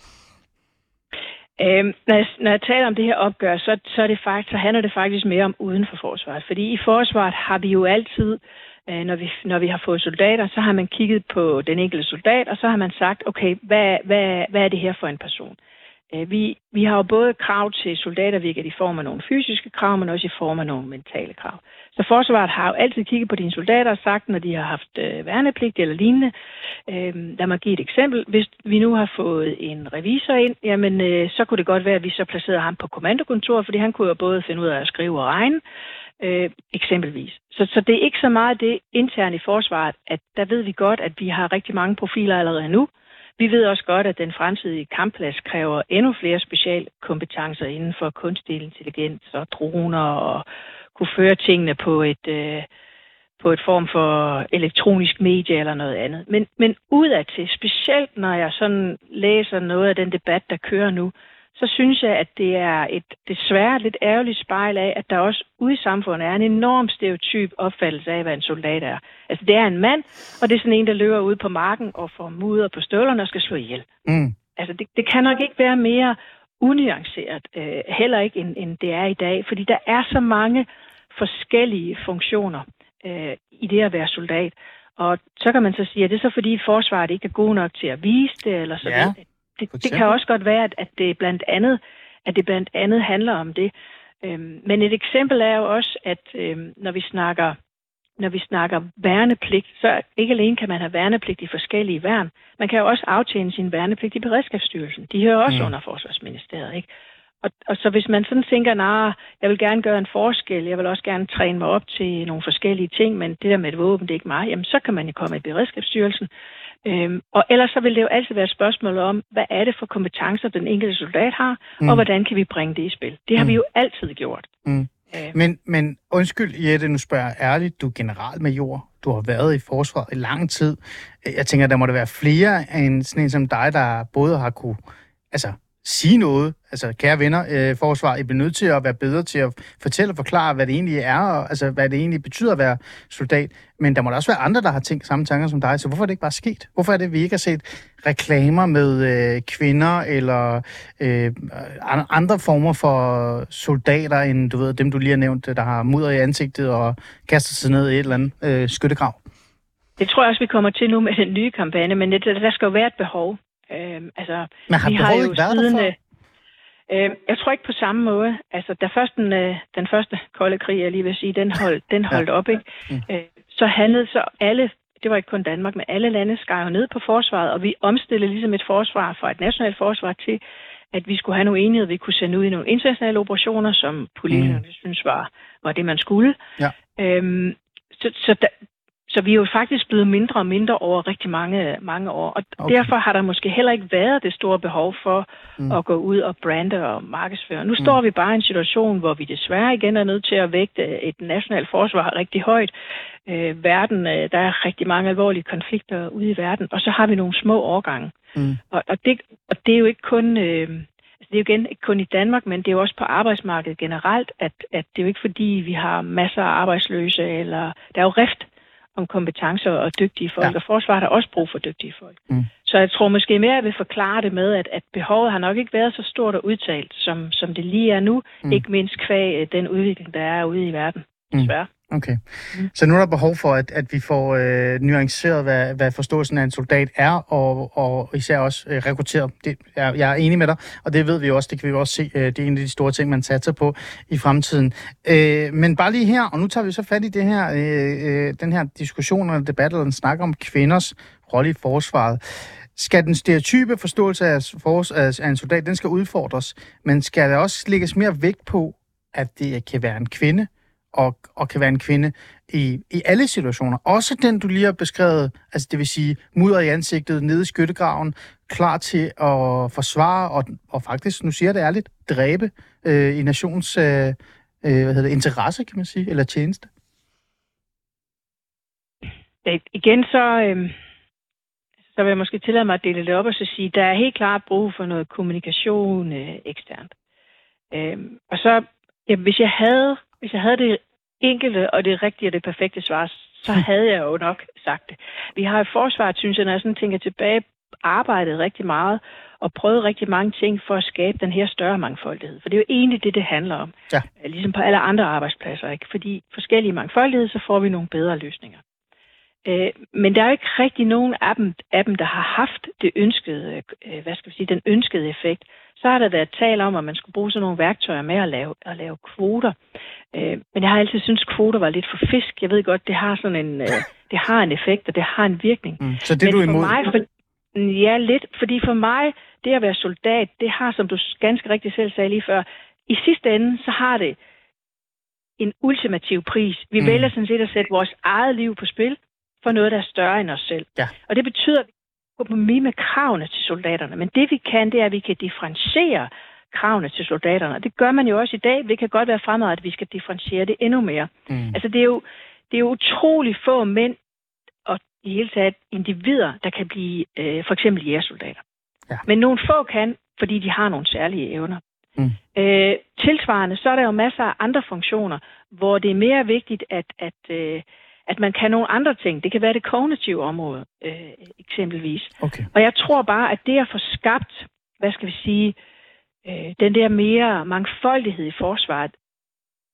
Når jeg taler om det her opgør, så handler det faktisk mere om uden for forsvaret. Fordi i forsvaret har vi jo altid, når vi har fået soldater, så har man kigget på den enkelte soldat, og så har man sagt, okay, hvad er det her for en person? Vi har jo både krav til soldatervirket i form af nogle fysiske krav, men også i form af nogle mentale krav. Så forsvaret har jo altid kigget på dine soldater og sagt, når de har haft værnepligt eller lignende. Lad mig give et eksempel. Hvis vi nu har fået en revisor ind, jamen så kunne det godt være, at vi så placerede ham på kommandokontor, fordi han kunne jo både finde ud af at skrive og regne, eksempelvis. Så det er ikke så meget det internt i forsvaret, at der ved vi godt, at vi har rigtig mange profiler allerede nu. Vi ved også godt, at den fremtidige kampplads kræver endnu flere specialkompetencer inden for kunstig intelligens og droner og kunne føre tingene på et form for elektronisk medie eller noget andet. Men udadtil, specielt når jeg sådan læser noget af den debat, der kører nu, så synes jeg, at det er et desværre lidt ærgerligt spejl af, at der også ude i samfundet er en enorm stereotyp opfattelse af, hvad en soldat er. Altså, det er en mand, og det er sådan en, der løber ud på marken og får mudder på støvlerne og skal slå ihjel. Altså, det kan nok ikke være mere unuanceret, heller ikke end det er i dag, fordi der er så mange forskellige funktioner i det at være soldat. Og så kan man så sige, at det er så fordi forsvaret ikke er god nok til at vise det, eller så Ja, det kan også godt være, at det blandt andet handler om det. Men et eksempel er jo også, at når vi snakker værnepligt, så ikke alene kan man have værnepligt i forskellige værn. Man kan jo også aftjene sin værnepligt i Beredskabsstyrelsen. De hører også under Forsvarsministeriet, ikke? Og så hvis man sådan tænker, jeg vil gerne gøre en forskel, jeg vil også gerne træne mig op til nogle forskellige ting, men det der med et våben, det er ikke mig, jamen så kan man jo komme i Beredskabsstyrelsen. Og ellers så vil det jo altid være et spørgsmål om, hvad er det for kompetencer, den enkelte soldat har, og hvordan kan vi bringe det i spil. Det har vi jo altid gjort. Men undskyld, Jette, nu spørger jeg ærligt, du er generalmajor, du har været i forsvaret i lang tid. Jeg tænker, der må der være flere end sådan en som dig, der både har kunne sige noget. Altså, kære venner, forsvaret, I bliver nødt til at være bedre til at fortælle og forklare, hvad det egentlig er, og altså, hvad det egentlig betyder at være soldat. Men der må da også være andre, der har tænkt samme tanker som dig, så hvorfor er det ikke bare sket? Hvorfor er det, vi ikke har set reklamer med kvinder eller andre former for soldater, end du ved, dem du lige har nævnt, der har mudder i ansigtet og kaster sig ned i et eller andet skyttegrav? Det tror jeg også, vi kommer til nu med den nye kampagne, men der skal jo være et behov. Men har behovet ikke været der før? Jeg tror ikke på samme måde. Altså, da først den første kolde krig, jeg lige vil sige, den holdt op, ikke? Så handlede så alle, det var ikke kun Danmark, men alle lande skar jo ned på forsvaret, og vi omstillede ligesom et forsvar fra et nationalt forsvar til, at vi skulle have nogle enheder, vi kunne sende ud i nogle internationale operationer, som politikerne synes var det, man skulle. Ja. Så vi er jo faktisk blevet mindre og mindre over rigtig mange år. Og derfor har der måske heller ikke været det store behov for at gå ud og brande og markedsføre. Nu står vi bare i en situation, hvor vi desværre igen er nødt til at vægte et nationalt forsvar rigtig højt. Der er rigtig mange alvorlige konflikter ude i verden, og så har vi nogle små årgange. Og det er jo ikke kun... det er jo igen ikke kun i Danmark, men det er jo også på arbejdsmarkedet generelt, at det er jo ikke fordi, vi har masser af arbejdsløse, eller der er jo rift om kompetencer og dygtige folk, og forsvaret har også brug for dygtige folk. Så jeg tror måske mere, at jeg vil forklare det med, at behovet har nok ikke været så stort og udtalt, som det lige er nu, ikke mindst kvæg den udvikling, der er ude i verden, desværre. Okay. Så nu er der behov for, at vi får nuanceret, hvad forståelsen af en soldat er, og især også rekrutteret. Jeg er enig med dig, og det ved vi også, det kan vi også se, det er en af de store ting, man satser på i fremtiden. Men bare lige her, og nu tager vi så fat i det her, den her diskussion og debat, eller den snakker om kvinders rolle i forsvaret. Skal den stereotype forståelse af en soldat, den skal udfordres, men skal der også lægges mere vægt på, at det kan være en kvinde, og kan være en kvinde i alle situationer. Også den, du lige har beskrevet, altså det vil sige mudder i ansigtet, nede i skyttegraven, klar til at forsvare og faktisk, nu siger jeg det ærligt, dræbe i nations interesse, kan man sige, eller tjeneste. Igen så vil jeg måske tillade mig at dele det op og så sige, der er helt klart brug for noget kommunikation eksternt. Og så, hvis jeg havde det enkelte og det rigtige og det perfekte svar, så havde jeg jo nok sagt det. Vi har i forsvaret, synes jeg, når jeg sådan tænker tilbage, arbejdet rigtig meget og prøvet rigtig mange ting for at skabe den her større mangfoldighed. For det er jo egentlig det handler om. Ja. Ligesom på alle andre arbejdspladser, ikke? Fordi forskellige mangfoldighed, så får vi nogle bedre løsninger. Men der er jo ikke rigtig nogen af dem, der har haft det ønskede, den ønskede effekt. Så har der været tale om, at man skulle bruge sådan nogle værktøjer med at lave kvoter. Men jeg har altid syntes, at kvoter var lidt for fisk. Jeg ved godt, det har sådan en, det har en effekt, og det har en virkning. Så det er du imod? Ja, lidt. Fordi for mig, det at være soldat, det har, som du ganske rigtigt selv sagde lige før, i sidste ende, så har det en ultimativ pris. Vi vælger sådan set at sætte vores eget liv på spil for noget, der er større end os selv. Ja. Og det betyder, at vi går på med kravene til soldaterne. Men det vi kan, det er, at vi kan differentiere kravene til soldaterne. Og det gør man jo også i dag. Det kan godt være fremad, at vi skal differentiere det endnu mere. Altså det er jo utrolig få mænd og i hele taget individer, der kan blive for eksempel jægersoldater. Ja. Men nogle få kan, fordi de har nogle særlige evner. Tilsvarende, så er der jo masser af andre funktioner, hvor det er mere vigtigt, at man kan nogle andre ting. Det kan være det kognitive område, eksempelvis. Okay. Og jeg tror bare, at det at få skabt, den der mere mangfoldighed i forsvaret,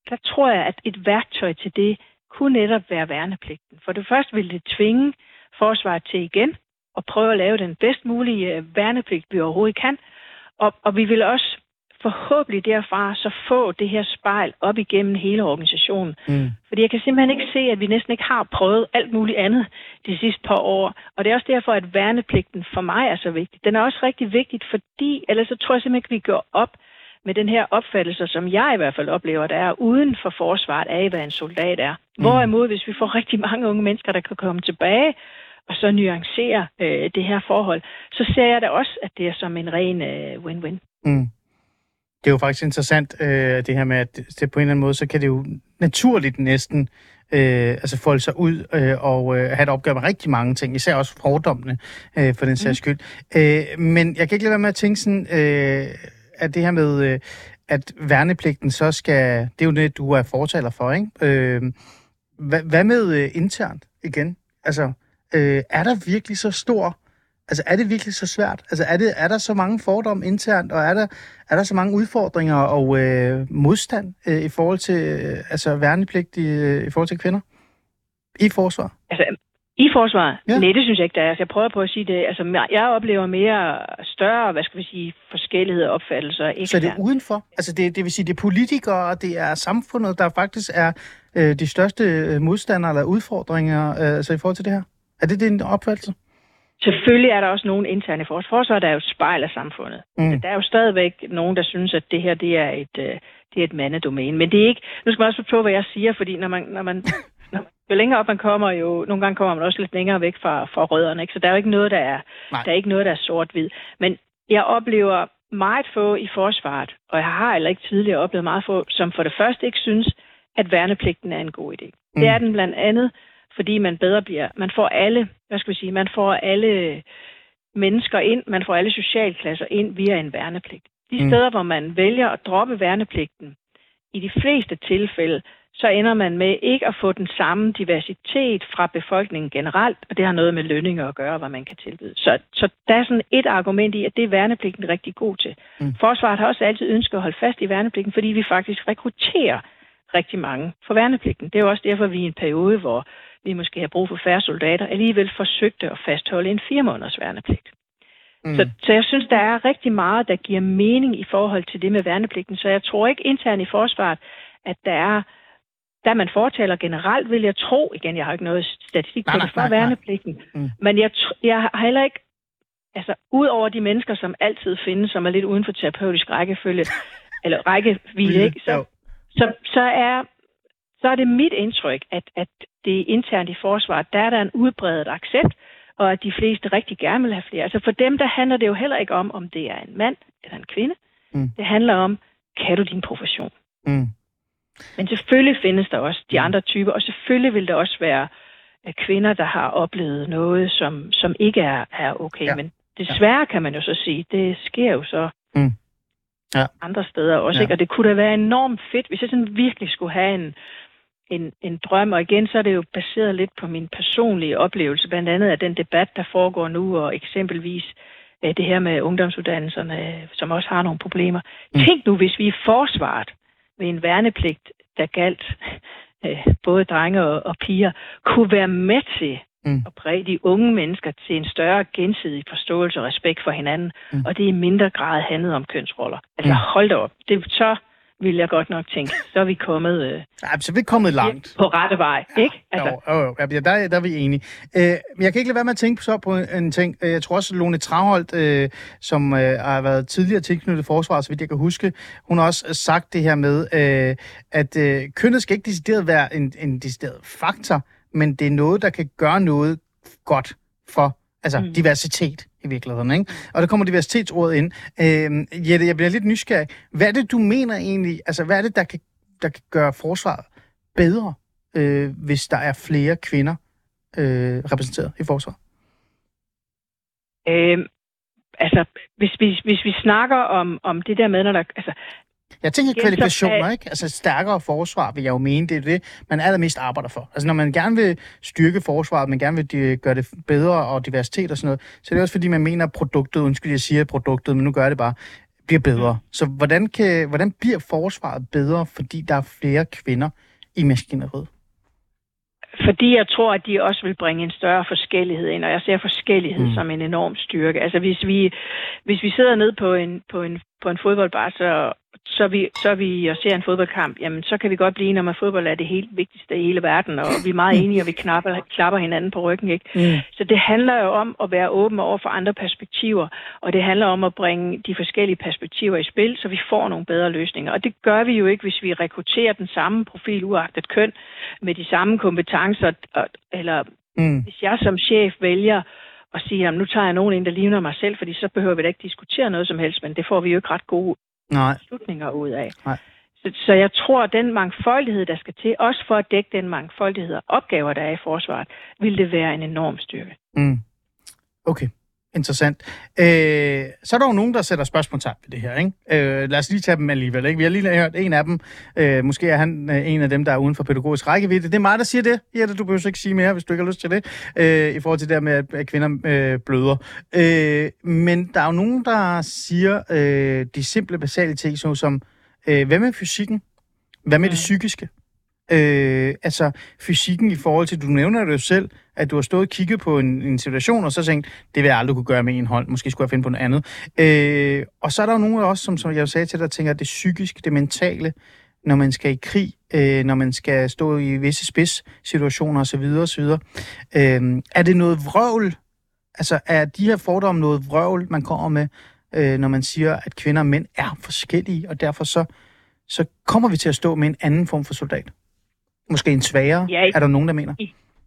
der tror jeg, at et værktøj til det kunne netop være værnepligten. For det første ville det tvinge forsvaret til igen at prøve at lave den bedst mulige værnepligt, vi overhovedet kan. Og vi vil også forhåbentlig derfra så få det her spejl op igennem hele organisationen. Fordi jeg kan simpelthen ikke se, at vi næsten ikke har prøvet alt muligt andet de sidste par år. Og det er også derfor, at værnepligten for mig er så vigtig. Den er også rigtig vigtig, fordi ellers så tror jeg simpelthen ikke, vi går op med den her opfattelse, som jeg i hvert fald oplever, der er uden for forsvaret af, hvad en soldat er. Hvorimod, hvis vi får rigtig mange unge mennesker, der kan komme tilbage og så nuancere det her forhold, så ser jeg da også, at det er som en ren win-win. Det er jo faktisk interessant, det her med, at det på en eller anden måde, så kan det jo naturligt næsten folde sig ud og have et opgør med rigtig mange ting, især også fordommene for den sags skyld. Men jeg kan ikke lade være med at tænke sådan, at det her med, at værnepligten så skal, det er jo det, du er fortaler for, ikke? Hvad med internt igen? Altså, er der virkelig så stor... Altså, er det virkelig så svært? Altså, er der så mange fordomme internt, og er der så mange udfordringer og modstand i forhold til værnepligt i forhold til kvinder i forsvar? Altså, i forsvaret? Ja. Nej, det synes jeg ikke, der er. Altså, jeg prøver på at sige det. Altså, jeg oplever mere større, forskelligheder og opfattelser eksternt. Så det er udenfor? Altså, det vil sige, det er politikere, og det er samfundet, der faktisk er de største modstandere eller udfordringer i forhold til det her? Er det din opfattelse? Selvfølgelig er der også nogen interne forsvaret, der er jo et spejl af samfundet. Der er jo stadigvæk nogen, der synes, at det her det er et mandedomæne. Men det er ikke... Nu skal man også på, hvad jeg siger, fordi når man jo længere op man kommer, jo nogle gange kommer man også lidt længere væk fra rødderne, ikke? Så der er jo ikke noget, der er sort-hvid. Men jeg oplever meget få i forsvaret, og jeg har heller ikke tidligere oplevet meget få, som for det første ikke synes, at værnepligten er en god idé. Det er den blandt andet, fordi man får alle mennesker ind, man får alle socialklasser ind via en værnepligt. De steder, hvor man vælger at droppe værnepligten, i de fleste tilfælde, så ender man med ikke at få den samme diversitet fra befolkningen generelt, og det har noget med lønninger at gøre, hvad man kan tilbyde. Så der er sådan et argument i, at det er værnepligten rigtig god til. Forsvaret har også altid ønsket at holde fast i værnepligten, fordi vi faktisk rekrutterer rigtig mange for værnepligten. Det er jo også derfor, vi i en periode, hvor vi måske har brug for færre soldater, alligevel forsøgte at fastholde en 4 måneders værnepligt. Så jeg synes, der er rigtig meget, der giver mening i forhold til det med værnepligten. Så jeg tror ikke internt i forsvaret, at der man fortaler generelt, vil jeg tro, igen, jeg har ikke noget statistik på det for værnepligten, men jeg har heller ikke, altså ud over de mennesker, som altid findes, som er lidt uden for terapeutisk rækkefølge, eller rækkevidde, ikke? Så er det mit indtryk, at det internt i forsvaret, der er der en udbredet accept, og at de fleste rigtig gerne vil have flere. Altså for dem, der handler det jo heller ikke om det er en mand eller en kvinde. Det handler om, kan du din profession? Men selvfølgelig findes der også de andre typer, og selvfølgelig vil der også være kvinder, der har oplevet noget, som ikke er okay. Ja. Men desværre kan man jo så sige, det sker jo så andre steder også. Ikke? Og det kunne da være enormt fedt, hvis jeg sådan virkelig skulle have en drøm, og igen, så er det jo baseret lidt på min personlige oplevelse, blandt andet af den debat, der foregår nu, og eksempelvis det her med ungdomsuddannelserne, som også har nogle problemer. Tænk nu, hvis vi i forsvaret ved en værnepligt, der galt både drenge og piger, kunne være med til at præge de unge mennesker til en større gensidig forståelse og respekt for hinanden, og det i mindre grad handlede om kønsroller. Altså hold da op, så vil jeg godt nok tænke, så er vi kommet, så er vi kommet langt på rette vej, ikke? Altså. Jo, der er vi enige. Men jeg kan ikke lade være med at tænke så på en ting. Jeg tror også, Lone Travholt, som har været tidligere tilknyttet forsvaret, så vidt jeg kan huske, hun har også sagt det her med, at kønnet skal ikke decideret være en decideret faktor, men det er noget, der kan gøre noget godt for diversitet i virkeligheden, ikke? Og der kommer diversitetsordet ind. Jette, jeg bliver lidt nysgerrig. Hvad er det, du mener egentlig? Altså, hvad er det, der kan gøre forsvaret bedre, hvis der er flere kvinder repræsenteret i forsvaret? Hvis vi snakker om det der med, når der... Altså, jeg tænker kvalifikationer, ikke? Altså stærkere forsvar, vil jeg jo mene, det er det, man allermest arbejder for. Altså når man gerne vil styrke forsvaret, man gerne vil gøre det bedre og diversitet og sådan noget, så er det også fordi, man mener produktet, undskyld, jeg siger produktet, men nu gør jeg det bare, bliver bedre. Så hvordan bliver forsvaret bedre, fordi der er flere kvinder i maskineriet? Fordi jeg tror, at de også vil bringe en større forskellighed ind, og jeg ser forskellighed som en enorm styrke. Altså hvis vi sidder ned på en fodboldbar, så vi og ser en fodboldkamp, jamen så kan vi godt blive enige om, at fodbold er det helt vigtigste i hele verden, og vi er meget enige, og vi klapper hinanden på ryggen, ikke? Så det handler jo om at være åben over for andre perspektiver, og det handler om at bringe de forskellige perspektiver i spil, så vi får nogle bedre løsninger. Og det gør vi jo ikke, hvis vi rekrutterer den samme profil, uagtet køn, med de samme kompetencer, eller hvis jeg som chef vælger at sige, at nu tager jeg nogen ind, der ligner mig selv, fordi så behøver vi da ikke diskutere noget som helst, men det får vi jo ikke ret gode slutninger ud af. Nej. Så jeg tror, at den mangfoldighed, der skal til, også for at dække den mangfoldighed og opgaver, der er i forsvaret, vil det være en enorm styrke. Okay, interessant. Så er der jo nogen, der sætter spørgsmålstegn ved det her, ikke? Lad os lige tage dem alligevel, ikke? Vi har lige hørt en af dem. Måske er han en af dem, der er uden for pædagogisk rækkevidde. Det er mig, der siger det. Jette, du behøver ikke sige mere, hvis du ikke har lyst til det. I forhold til det der med, at kvinder bløder. Men der er jo nogen, der siger de simple basale ting, som hvad med fysikken? Hvad med det psykiske? Altså fysikken i forhold til, du nævner det jo selv, at du har stået og kigget på en situation, og så tænkt, det vil jeg aldrig kunne gøre med en hånd, måske skulle jeg finde på noget andet. Og så er der jo nogen af os, som jeg sagde til dig, der tænker, det psykiske, det mentale, når man skal i krig, når man skal stå i visse spidssituationer osv. osv. Er det noget vrøvl? Altså er de her fordomme noget vrøvl, man kommer med, når man siger, at kvinder og mænd er forskellige, og derfor så kommer vi til at stå med en anden form for soldat? Måske en svagere? Ja, er der nogen, der mener?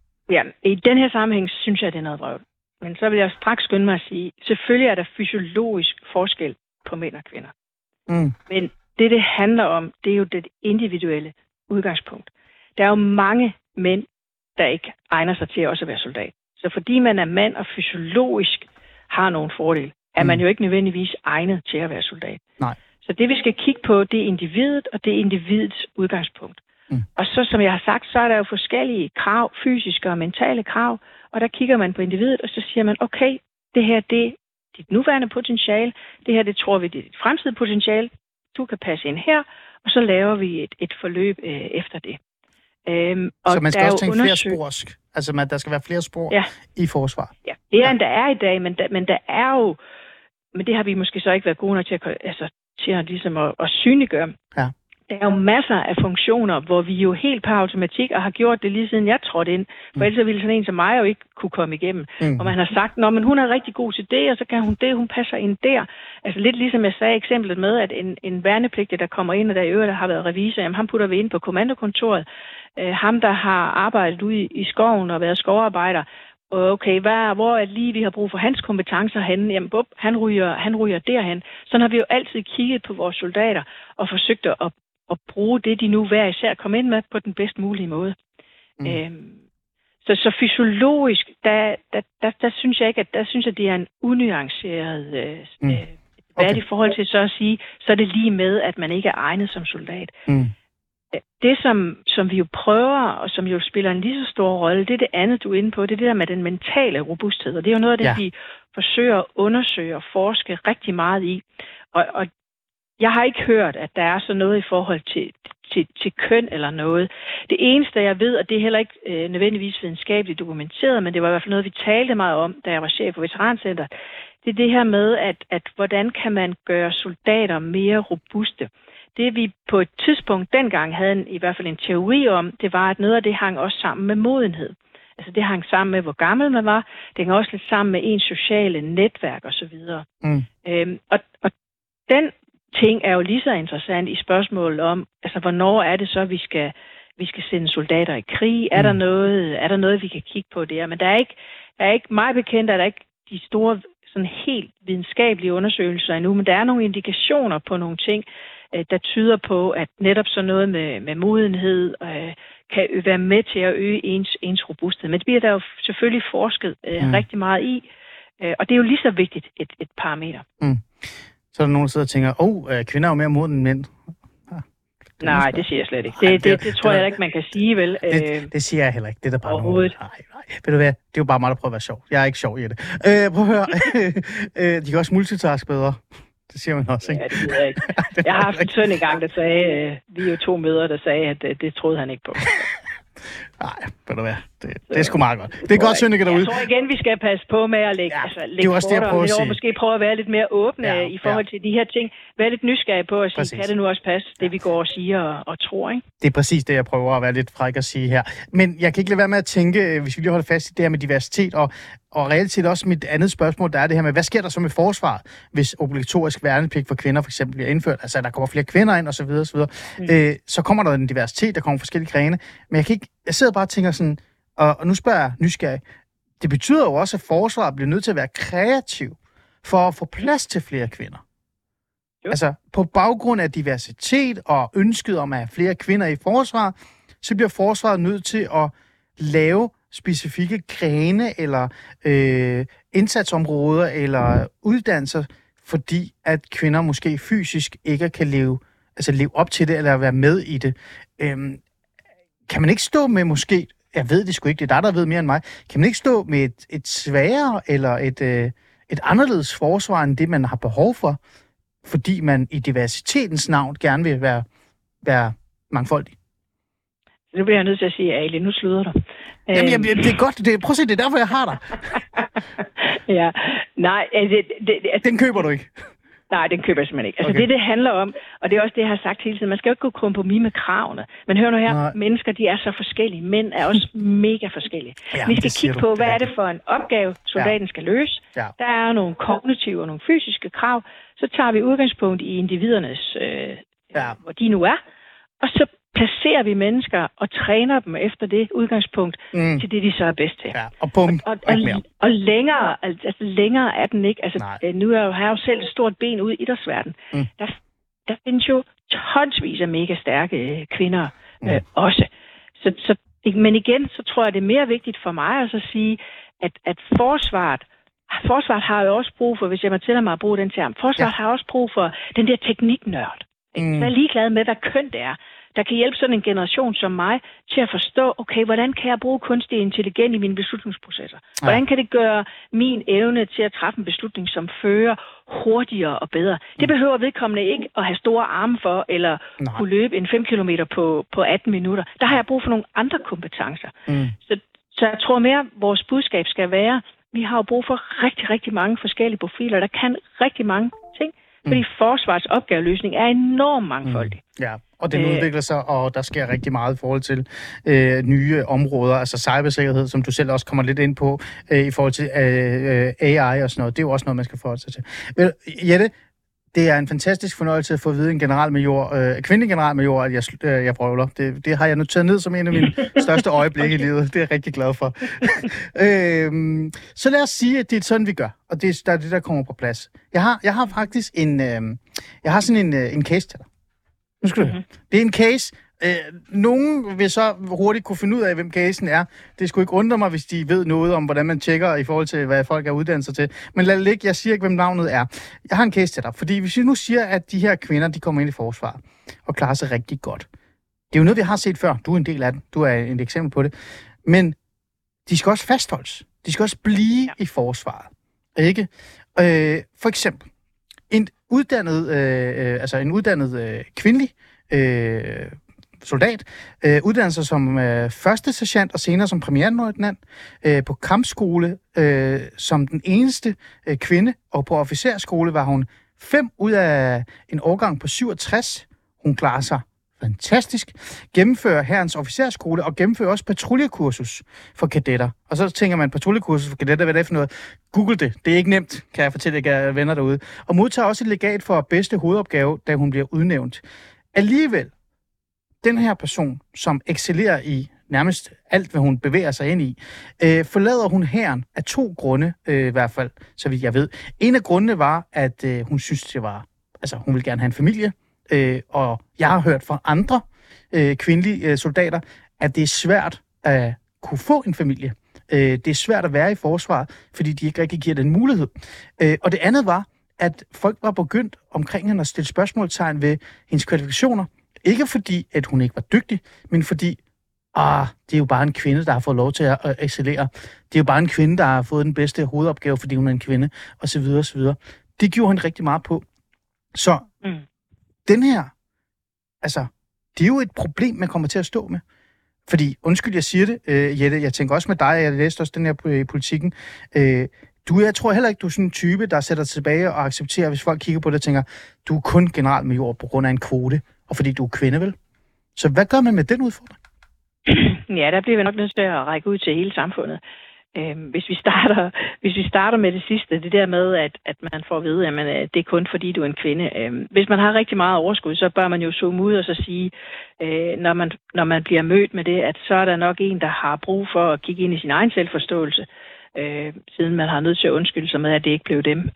I den her sammenhæng synes jeg, det er noget vrøvl. Men så vil jeg straks skynde mig at sige, selvfølgelig er der fysiologisk forskel på mænd og kvinder. Men det handler om, det er jo det individuelle udgangspunkt. Der er jo mange mænd, der ikke egner sig til også at være soldat. Så fordi man er mand og fysiologisk har nogle fordele, er man jo ikke nødvendigvis egnet til at være soldat. Nej. Så det, vi skal kigge på, det er individet, og det er individets udgangspunkt. Og så, som jeg har sagt, så er der jo forskellige krav, fysiske og mentale krav, og der kigger man på individet, og så siger man, okay, det her, det er dit nuværende potentiale, det her, det tror vi, det er dit fremtidige potentiale, du kan passe ind her, og så laver vi et forløb efter det. Og så man skal også tænke flere sporsk, altså der skal være flere spor i forsvar. Ja, det er end der er i dag, men der er jo, men det har vi måske så ikke været gode nok til at ligesom at synliggøre. Ja. Der er jo masser af funktioner, hvor vi jo helt per automatik og har gjort det lige siden jeg trådte ind. For ellers ville sådan en som mig jo ikke kunne komme igennem. Og man har sagt, men hun er rigtig god til det, og så kan hun det, hun passer ind der. Altså lidt ligesom jeg sagde eksemplet med, at en værnepligtig, der kommer ind, og der i øvrigt har været revisor, jamen ham putter vi ind på kommandokontoret. Ham, der har arbejdet ude i skoven og været skovarbejder, okay, hvor er lige, vi har brug for hans kompetencer henne? Jamen, han ryger derhen. Sådan har vi jo altid kigget på vores soldater og forsøgt at bruge det, de nu hver især kom ind med på den bedst mulige måde. Så fysiologisk, der synes jeg ikke, at der synes jeg, det er en unuanceret debat i forhold til så at sige, så er det lige med, at man ikke er egnet som soldat. Det, som vi jo prøver, og som jo spiller en lige så stor rolle, det er det andet, du er inde på, det er det der med den mentale robusthed, og det er jo noget af det, vi forsøger at undersøge og forske rigtig meget i. Og jeg har ikke hørt, at der er så noget i forhold til køn eller noget. Det eneste, jeg ved, og det er heller ikke nødvendigvis videnskabeligt dokumenteret, men det var i hvert fald noget, vi talte meget om, da jeg var chef for Veterancentret, det er det her med, at hvordan kan man gøre soldater mere robuste. Det vi på et tidspunkt dengang havde i hvert fald en teori om, det var, at noget af det hang også sammen med modenhed. Altså det hang sammen med, hvor gammel man var. Det hang også lidt sammen med ens sociale netværk osv. Og den ting er jo lige så interessant i spørgsmålet om, altså hvornår er det så, vi skal sende soldater i krig? Er der noget, vi kan kigge på der? Men der er ikke meget bekendt, er der ikke de store sådan helt videnskabelige undersøgelser endnu, men der er nogle indikationer på nogle ting, der tyder på, at netop sådan noget med modenhed kan være med til at øge ens robusthed. Men det bliver der jo selvfølgelig forsket rigtig meget i, og det er jo lige så vigtigt et parameter. Så er der nogen, der sidder og tænker, kvinder er jo mere moden end mænd. Nej, det siger jeg slet ikke. Det tror jeg ikke, man kan sige, vel? Det siger jeg heller ikke. Det er der bare overhovedet. Nej. Ved du hvad? Det er jo bare mig, der prøver at være sjov. Jeg er ikke sjov i det. Prøv at høre. De kan også multitask bedre. Det siger man også, ikke? Ja, det ved jeg ikke. Jeg har haft en søn engang, der sagde, vi er jo 2 mødre, der sagde, at det troede han ikke på. Nej, ved du hvad, det er sgu meget godt. Det er godt, Sønneke, derude. Jeg tror igen, vi skal passe på med at lægge det er også det, jeg prøver at sige. Måske prøve at være lidt mere åbne i forhold til de her ting. Være lidt nysgerrig på at sige, præcis. Kan det nu også passe, det vi går og siger og tror, ikke? Det er præcis det, jeg prøver at være lidt fræk at sige her. Men jeg kan ikke lade være med at tænke, hvis vi lige holder fast i det her med diversitet, og reelt set også mit andet spørgsmål, der er det her med, hvad sker der så med forsvaret, hvis obligatorisk værnepligt for kvinder for eksempel bliver indført? Altså, der kommer flere kvinder ind, osv. Så kommer der en diversitet, der kommer forskellige grene. Men jeg sidder bare og tænker sådan, og nu spørger jeg nysgerrig, det betyder jo også, at forsvaret bliver nødt til at være kreativ for at få plads til flere kvinder. Jo. Altså, på baggrund af diversitet og ønsket om at have flere kvinder i forsvaret, så bliver forsvaret nødt til at lave specifikke grene eller indsatsområder eller uddannelser, fordi at kvinder måske fysisk ikke kan leve op til det eller være med i det. Kan man ikke stå med måske, jeg ved det sgu ikke, det er der ved mere end mig, kan man ikke stå med et sværere eller et anderledes forsvar end det, man har behov for, fordi man i diversitetens navn gerne vil være mangfoldig? Nu bliver jeg nødt til at sige, Ali, nu slutter du. Jamen, det er godt. Prøv at se, det er derfor, jeg har dig. Ja, nej. Den køber du ikke? Nej, den køber jeg simpelthen ikke. Altså det handler om, og det er også det, jeg har sagt hele tiden, man skal jo ikke gå kompromis med kravene. Men hør nu her, mennesker, de er så forskellige. Mænd er også mega forskellige. Ja, vi skal kigge på, hvad er det for en opgave, soldaten skal løse. Ja. Der er nogle kognitive og nogle fysiske krav. Så tager vi udgangspunkt i individernes, hvor de nu er. Og så placerer vi mennesker og træner dem efter det udgangspunkt til det, de så er bedst til. Ja, og længere er den ikke. Altså, nu har jeg jo selv et stort ben ud i idrætsverdenen. Der findes jo tonsvis af mega stærke kvinder også. Men igen, så tror jeg, det er mere vigtigt for mig at så sige, at forsvaret har jo også brug for, hvis jeg må tillade mig at bruge den term, forsvaret har også brug for den der tekniknørd. Jeg er ligeglad med, hvad køn det er, der kan hjælpe sådan en generation som mig til at forstå, okay, hvordan kan jeg bruge kunstig intelligens i mine beslutningsprocesser? Hvordan kan det gøre min evne til at træffe en beslutning, som fører hurtigere og bedre? Det behøver vedkommende ikke at have store arme for, eller kunne løbe en 5 kilometer på 18 minutter. Der har jeg brug for nogle andre kompetencer. Så jeg tror mere, vores budskab skal være, vi har jo brug for rigtig, rigtig mange forskellige profiler, der kan rigtig mange ting. Fordi forsvarets opgaveløsning er enormt mangfoldig. Ja, og den udvikler sig, og der sker rigtig meget i forhold til nye områder, altså cybersikkerhed, som du selv også kommer lidt ind på, i forhold til AI og sådan noget. Det er jo også noget, man skal forholde sig til. Men, Jette, det er en fantastisk fornøjelse at få at vide en kvindelig generalmajor, at jeg prøver. Det har jeg noteret ned som en af mine største øjeblikke i livet. Det er jeg rigtig glad for. Så lad os sige, at det er sådan, vi gør. Og det er det, der kommer på plads. Jeg har faktisk sådan en case til dig. Nu skal du høre. Det er en case. Nogen vil så hurtigt kunne finde ud af, hvem casen er. Det skulle ikke undre mig, hvis de ved noget om, hvordan man tjekker i forhold til, hvad folk er uddannet sig til. Men lad det ligge, jeg siger ikke, hvem navnet er. Jeg har en case til dig, fordi hvis vi nu siger, at de her kvinder, de kommer ind i forsvaret og klarer sig rigtig godt. Det er jo noget, vi har set før. Du er en del af den. Du er et eksempel på det. Men de skal også fastholdes. De skal også blive i forsvaret. Ikke? For eksempel, en uddannet kvindelig soldat, uddanner sig som første sergeant og senere som premierløjtnant på kampskole som den eneste kvinde, og på officerskole var hun 5 ud af en årgang på 67. Hun klarer sig fantastisk, gennemfører hærens officerskole og gennemfører også patruljekursus for kadetter. Og så tænker man, patruljekursus for kadetter, hvad er det for noget? Google det. Det er ikke nemt, kan jeg fortælle jer venner derude. Og modtager også et legat for bedste hovedopgave, da hun bliver udnævnt. Alligevel, den her person, som excellerer i nærmest alt, hvad hun bevæger sig ind i, forlader hun hæren af 2 grunde, i hvert fald, så vidt jeg ved. En af grundene var, at hun synes, det var... Altså, hun ville gerne have en familie, og jeg har hørt fra andre kvindelige soldater, at det er svært at kunne få en familie. Det er svært at være i forsvaret, fordi de ikke rigtig giver den mulighed. Og det andet var, at folk var begyndt omkring hende at stille spørgsmålstegn ved hendes kvalifikationer. Ikke fordi, at hun ikke var dygtig, men fordi, det er jo bare en kvinde, der har fået lov til at excellere. Det er jo bare en kvinde, der har fået den bedste hovedopgave, fordi hun er en kvinde, osv. osv. Det gjorde hende rigtig meget på. Så den her, altså, det er jo et problem, man kommer til at stå med. Fordi, undskyld, jeg siger det, Jette, jeg tænker også med dig, jeg læste også den her på Politikken. Jeg tror heller ikke, du er sådan en type, der sætter tilbage og accepterer, hvis folk kigger på det og tænker, du er kun generalmajor på grund af en kvote, og fordi du er kvinde, vel? Så hvad gør man med den udfordring? Ja, der bliver vi nok nødt til at række ud til hele samfundet. Hvis vi starter med det sidste, det der med, at man får at vide, at det er kun fordi, du er en kvinde. Hvis man har rigtig meget overskud, så bør man jo zoome ud og så sige, når man bliver mødt med det, at så er der nok en, der har brug for at kigge ind i sin egen selvforståelse, siden man har nødt til at undskylde sig med, at det ikke blev dem.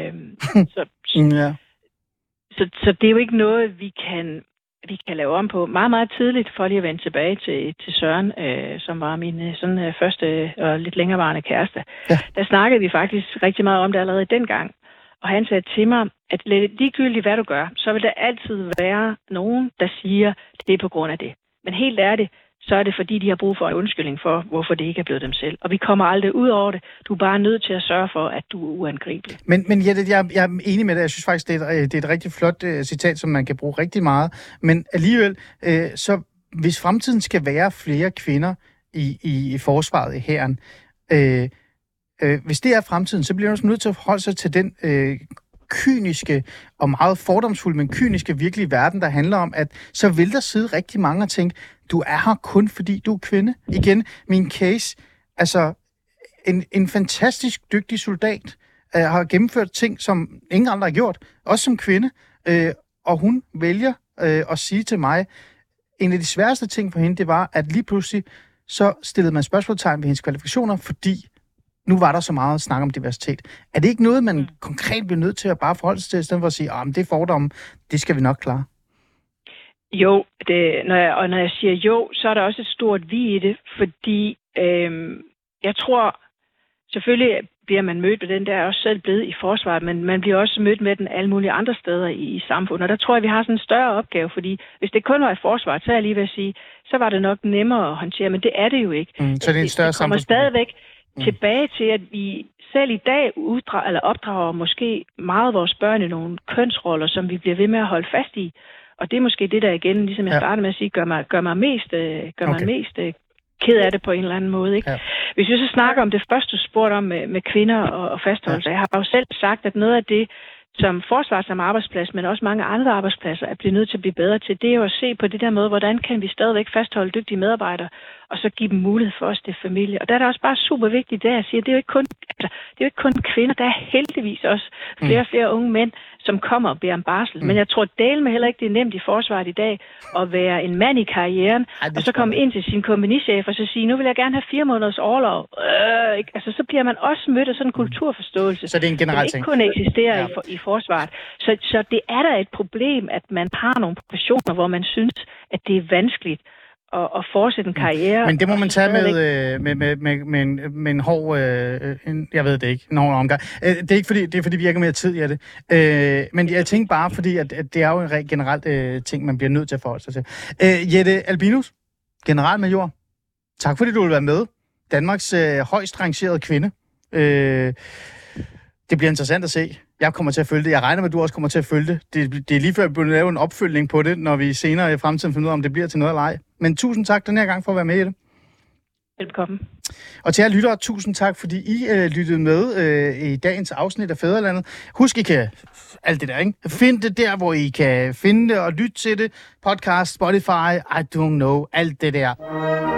Så det er jo ikke noget, vi kan lave om på. Meget, meget tidligt, for lige at vende tilbage til Søren, som var min sådan første og lidt længerevarende kæreste. Ja. Der snakkede vi faktisk rigtig meget om det allerede dengang. Og han sagde til mig, at ligegyldigt hvad du gør, så vil der altid være nogen, der siger, at det er på grund af det. Men helt ærligt, så er det fordi, de har brug for en undskyldning for, hvorfor det ikke er blevet dem selv. Og vi kommer aldrig ud over det. Du er bare nødt til at sørge for, at du er uangribelig. Men Jette, jeg er enig med dig. Jeg synes faktisk, det er et rigtig flot citat, som man kan bruge rigtig meget. Men alligevel, så hvis fremtiden skal være flere kvinder i forsvaret i hæren, hvis det er fremtiden, så bliver man også nødt til at forholde sig til den kyniske og meget fordomsfulde, men kyniske virkelige verden, der handler om, at så vil der sidde rigtig mange og tænke, du er her kun fordi du er kvinde. Igen, min case, altså en fantastisk dygtig soldat har gennemført ting, som ingen andre har gjort, også som kvinde, og hun vælger at sige til mig, en af de sværeste ting for hende, det var, at lige pludselig så stillede man spørgsmålstegn ved hendes kvalifikationer, fordi nu var der så meget snak om diversitet. Er det ikke noget, man konkret bliver nødt til at bare forholde sig til, i stedet for at sige, det er fordomme, det skal vi nok klare? Jo, når jeg siger jo, så er der også et stort vi i det, fordi jeg tror, selvfølgelig bliver man mødt med den, der er også selv blevet i forsvaret, men man bliver også mødt med den alle mulige andre steder i samfundet. Og der tror jeg, vi har sådan en større opgave, fordi hvis det kun var i forsvaret, så er jeg lige ved at sige, så var det nok nemmere at håndtere, men det er det jo ikke. Så det er en større det kommer stadigvæk tilbage til, at vi selv i dag opdrager måske meget vores børn i nogle kønsroller, som vi bliver ved med at holde fast i. Og det er måske det, der igen, ligesom jeg startede med at sige, gør mig mest ked af det på en eller anden måde. Ikke? Ja. Hvis vi så snakker om det første, du spurgte om med kvinder og fastholdelse, jeg har jo selv sagt, at noget af det, som forsvar som arbejdsplads, men også mange andre arbejdspladser, er blevet nødt til at blive bedre til, det er jo at se på det der måde, hvordan kan vi stadigvæk fastholde dygtige medarbejdere, og så give dem mulighed for at stifte familie. Og der er det også bare super vigtigt, det jeg siger, det er jo ikke kun kvinder, der er heldigvis også flere og flere unge mænd, som kommer og beder om barsel. Men jeg tror dele med heller ikke, det er nemt i forsvaret i dag at være en mand i karrieren, og så komme ind til sin kompagnichef og så sige, nu vil jeg gerne have 4 måneders orlov. Altså, så bliver man også mødt af sådan en kulturforståelse, så det er en generel ting, ikke kun eksisterer i forsvaret. Så det er da et problem, at man har nogle professioner, hvor man synes, at det er vanskeligt at fortsætte en karriere. Men det må man tage med en hård, jeg ved det ikke, en hård omgang. Det er fordi, vi ikke har mere tid i det. Men jeg tænker bare, fordi at det er jo en generelt ting, man bliver nødt til at forholde sig til. Jette Albinus, generalmajor, tak fordi du vil være med. Danmarks højst rangerede kvinde. Det bliver interessant at se. Jeg kommer til at følge det. Jeg regner med, at du også kommer til at følge det. Det er lige før, vi burde lave en opfølgning på det, når vi senere i fremtiden finder ud af, om det bliver til noget eller ej. Men tusind tak den her gang for at være med i det. Velkommen. Og til jer lyttere, tusind tak, fordi I lyttede med i dagens afsnit af Fædrelandet. Husk, I kan alt det der, ikke? Find det der, hvor I kan finde det og lytte til det. Podcast, Spotify, I don't know, alt det der.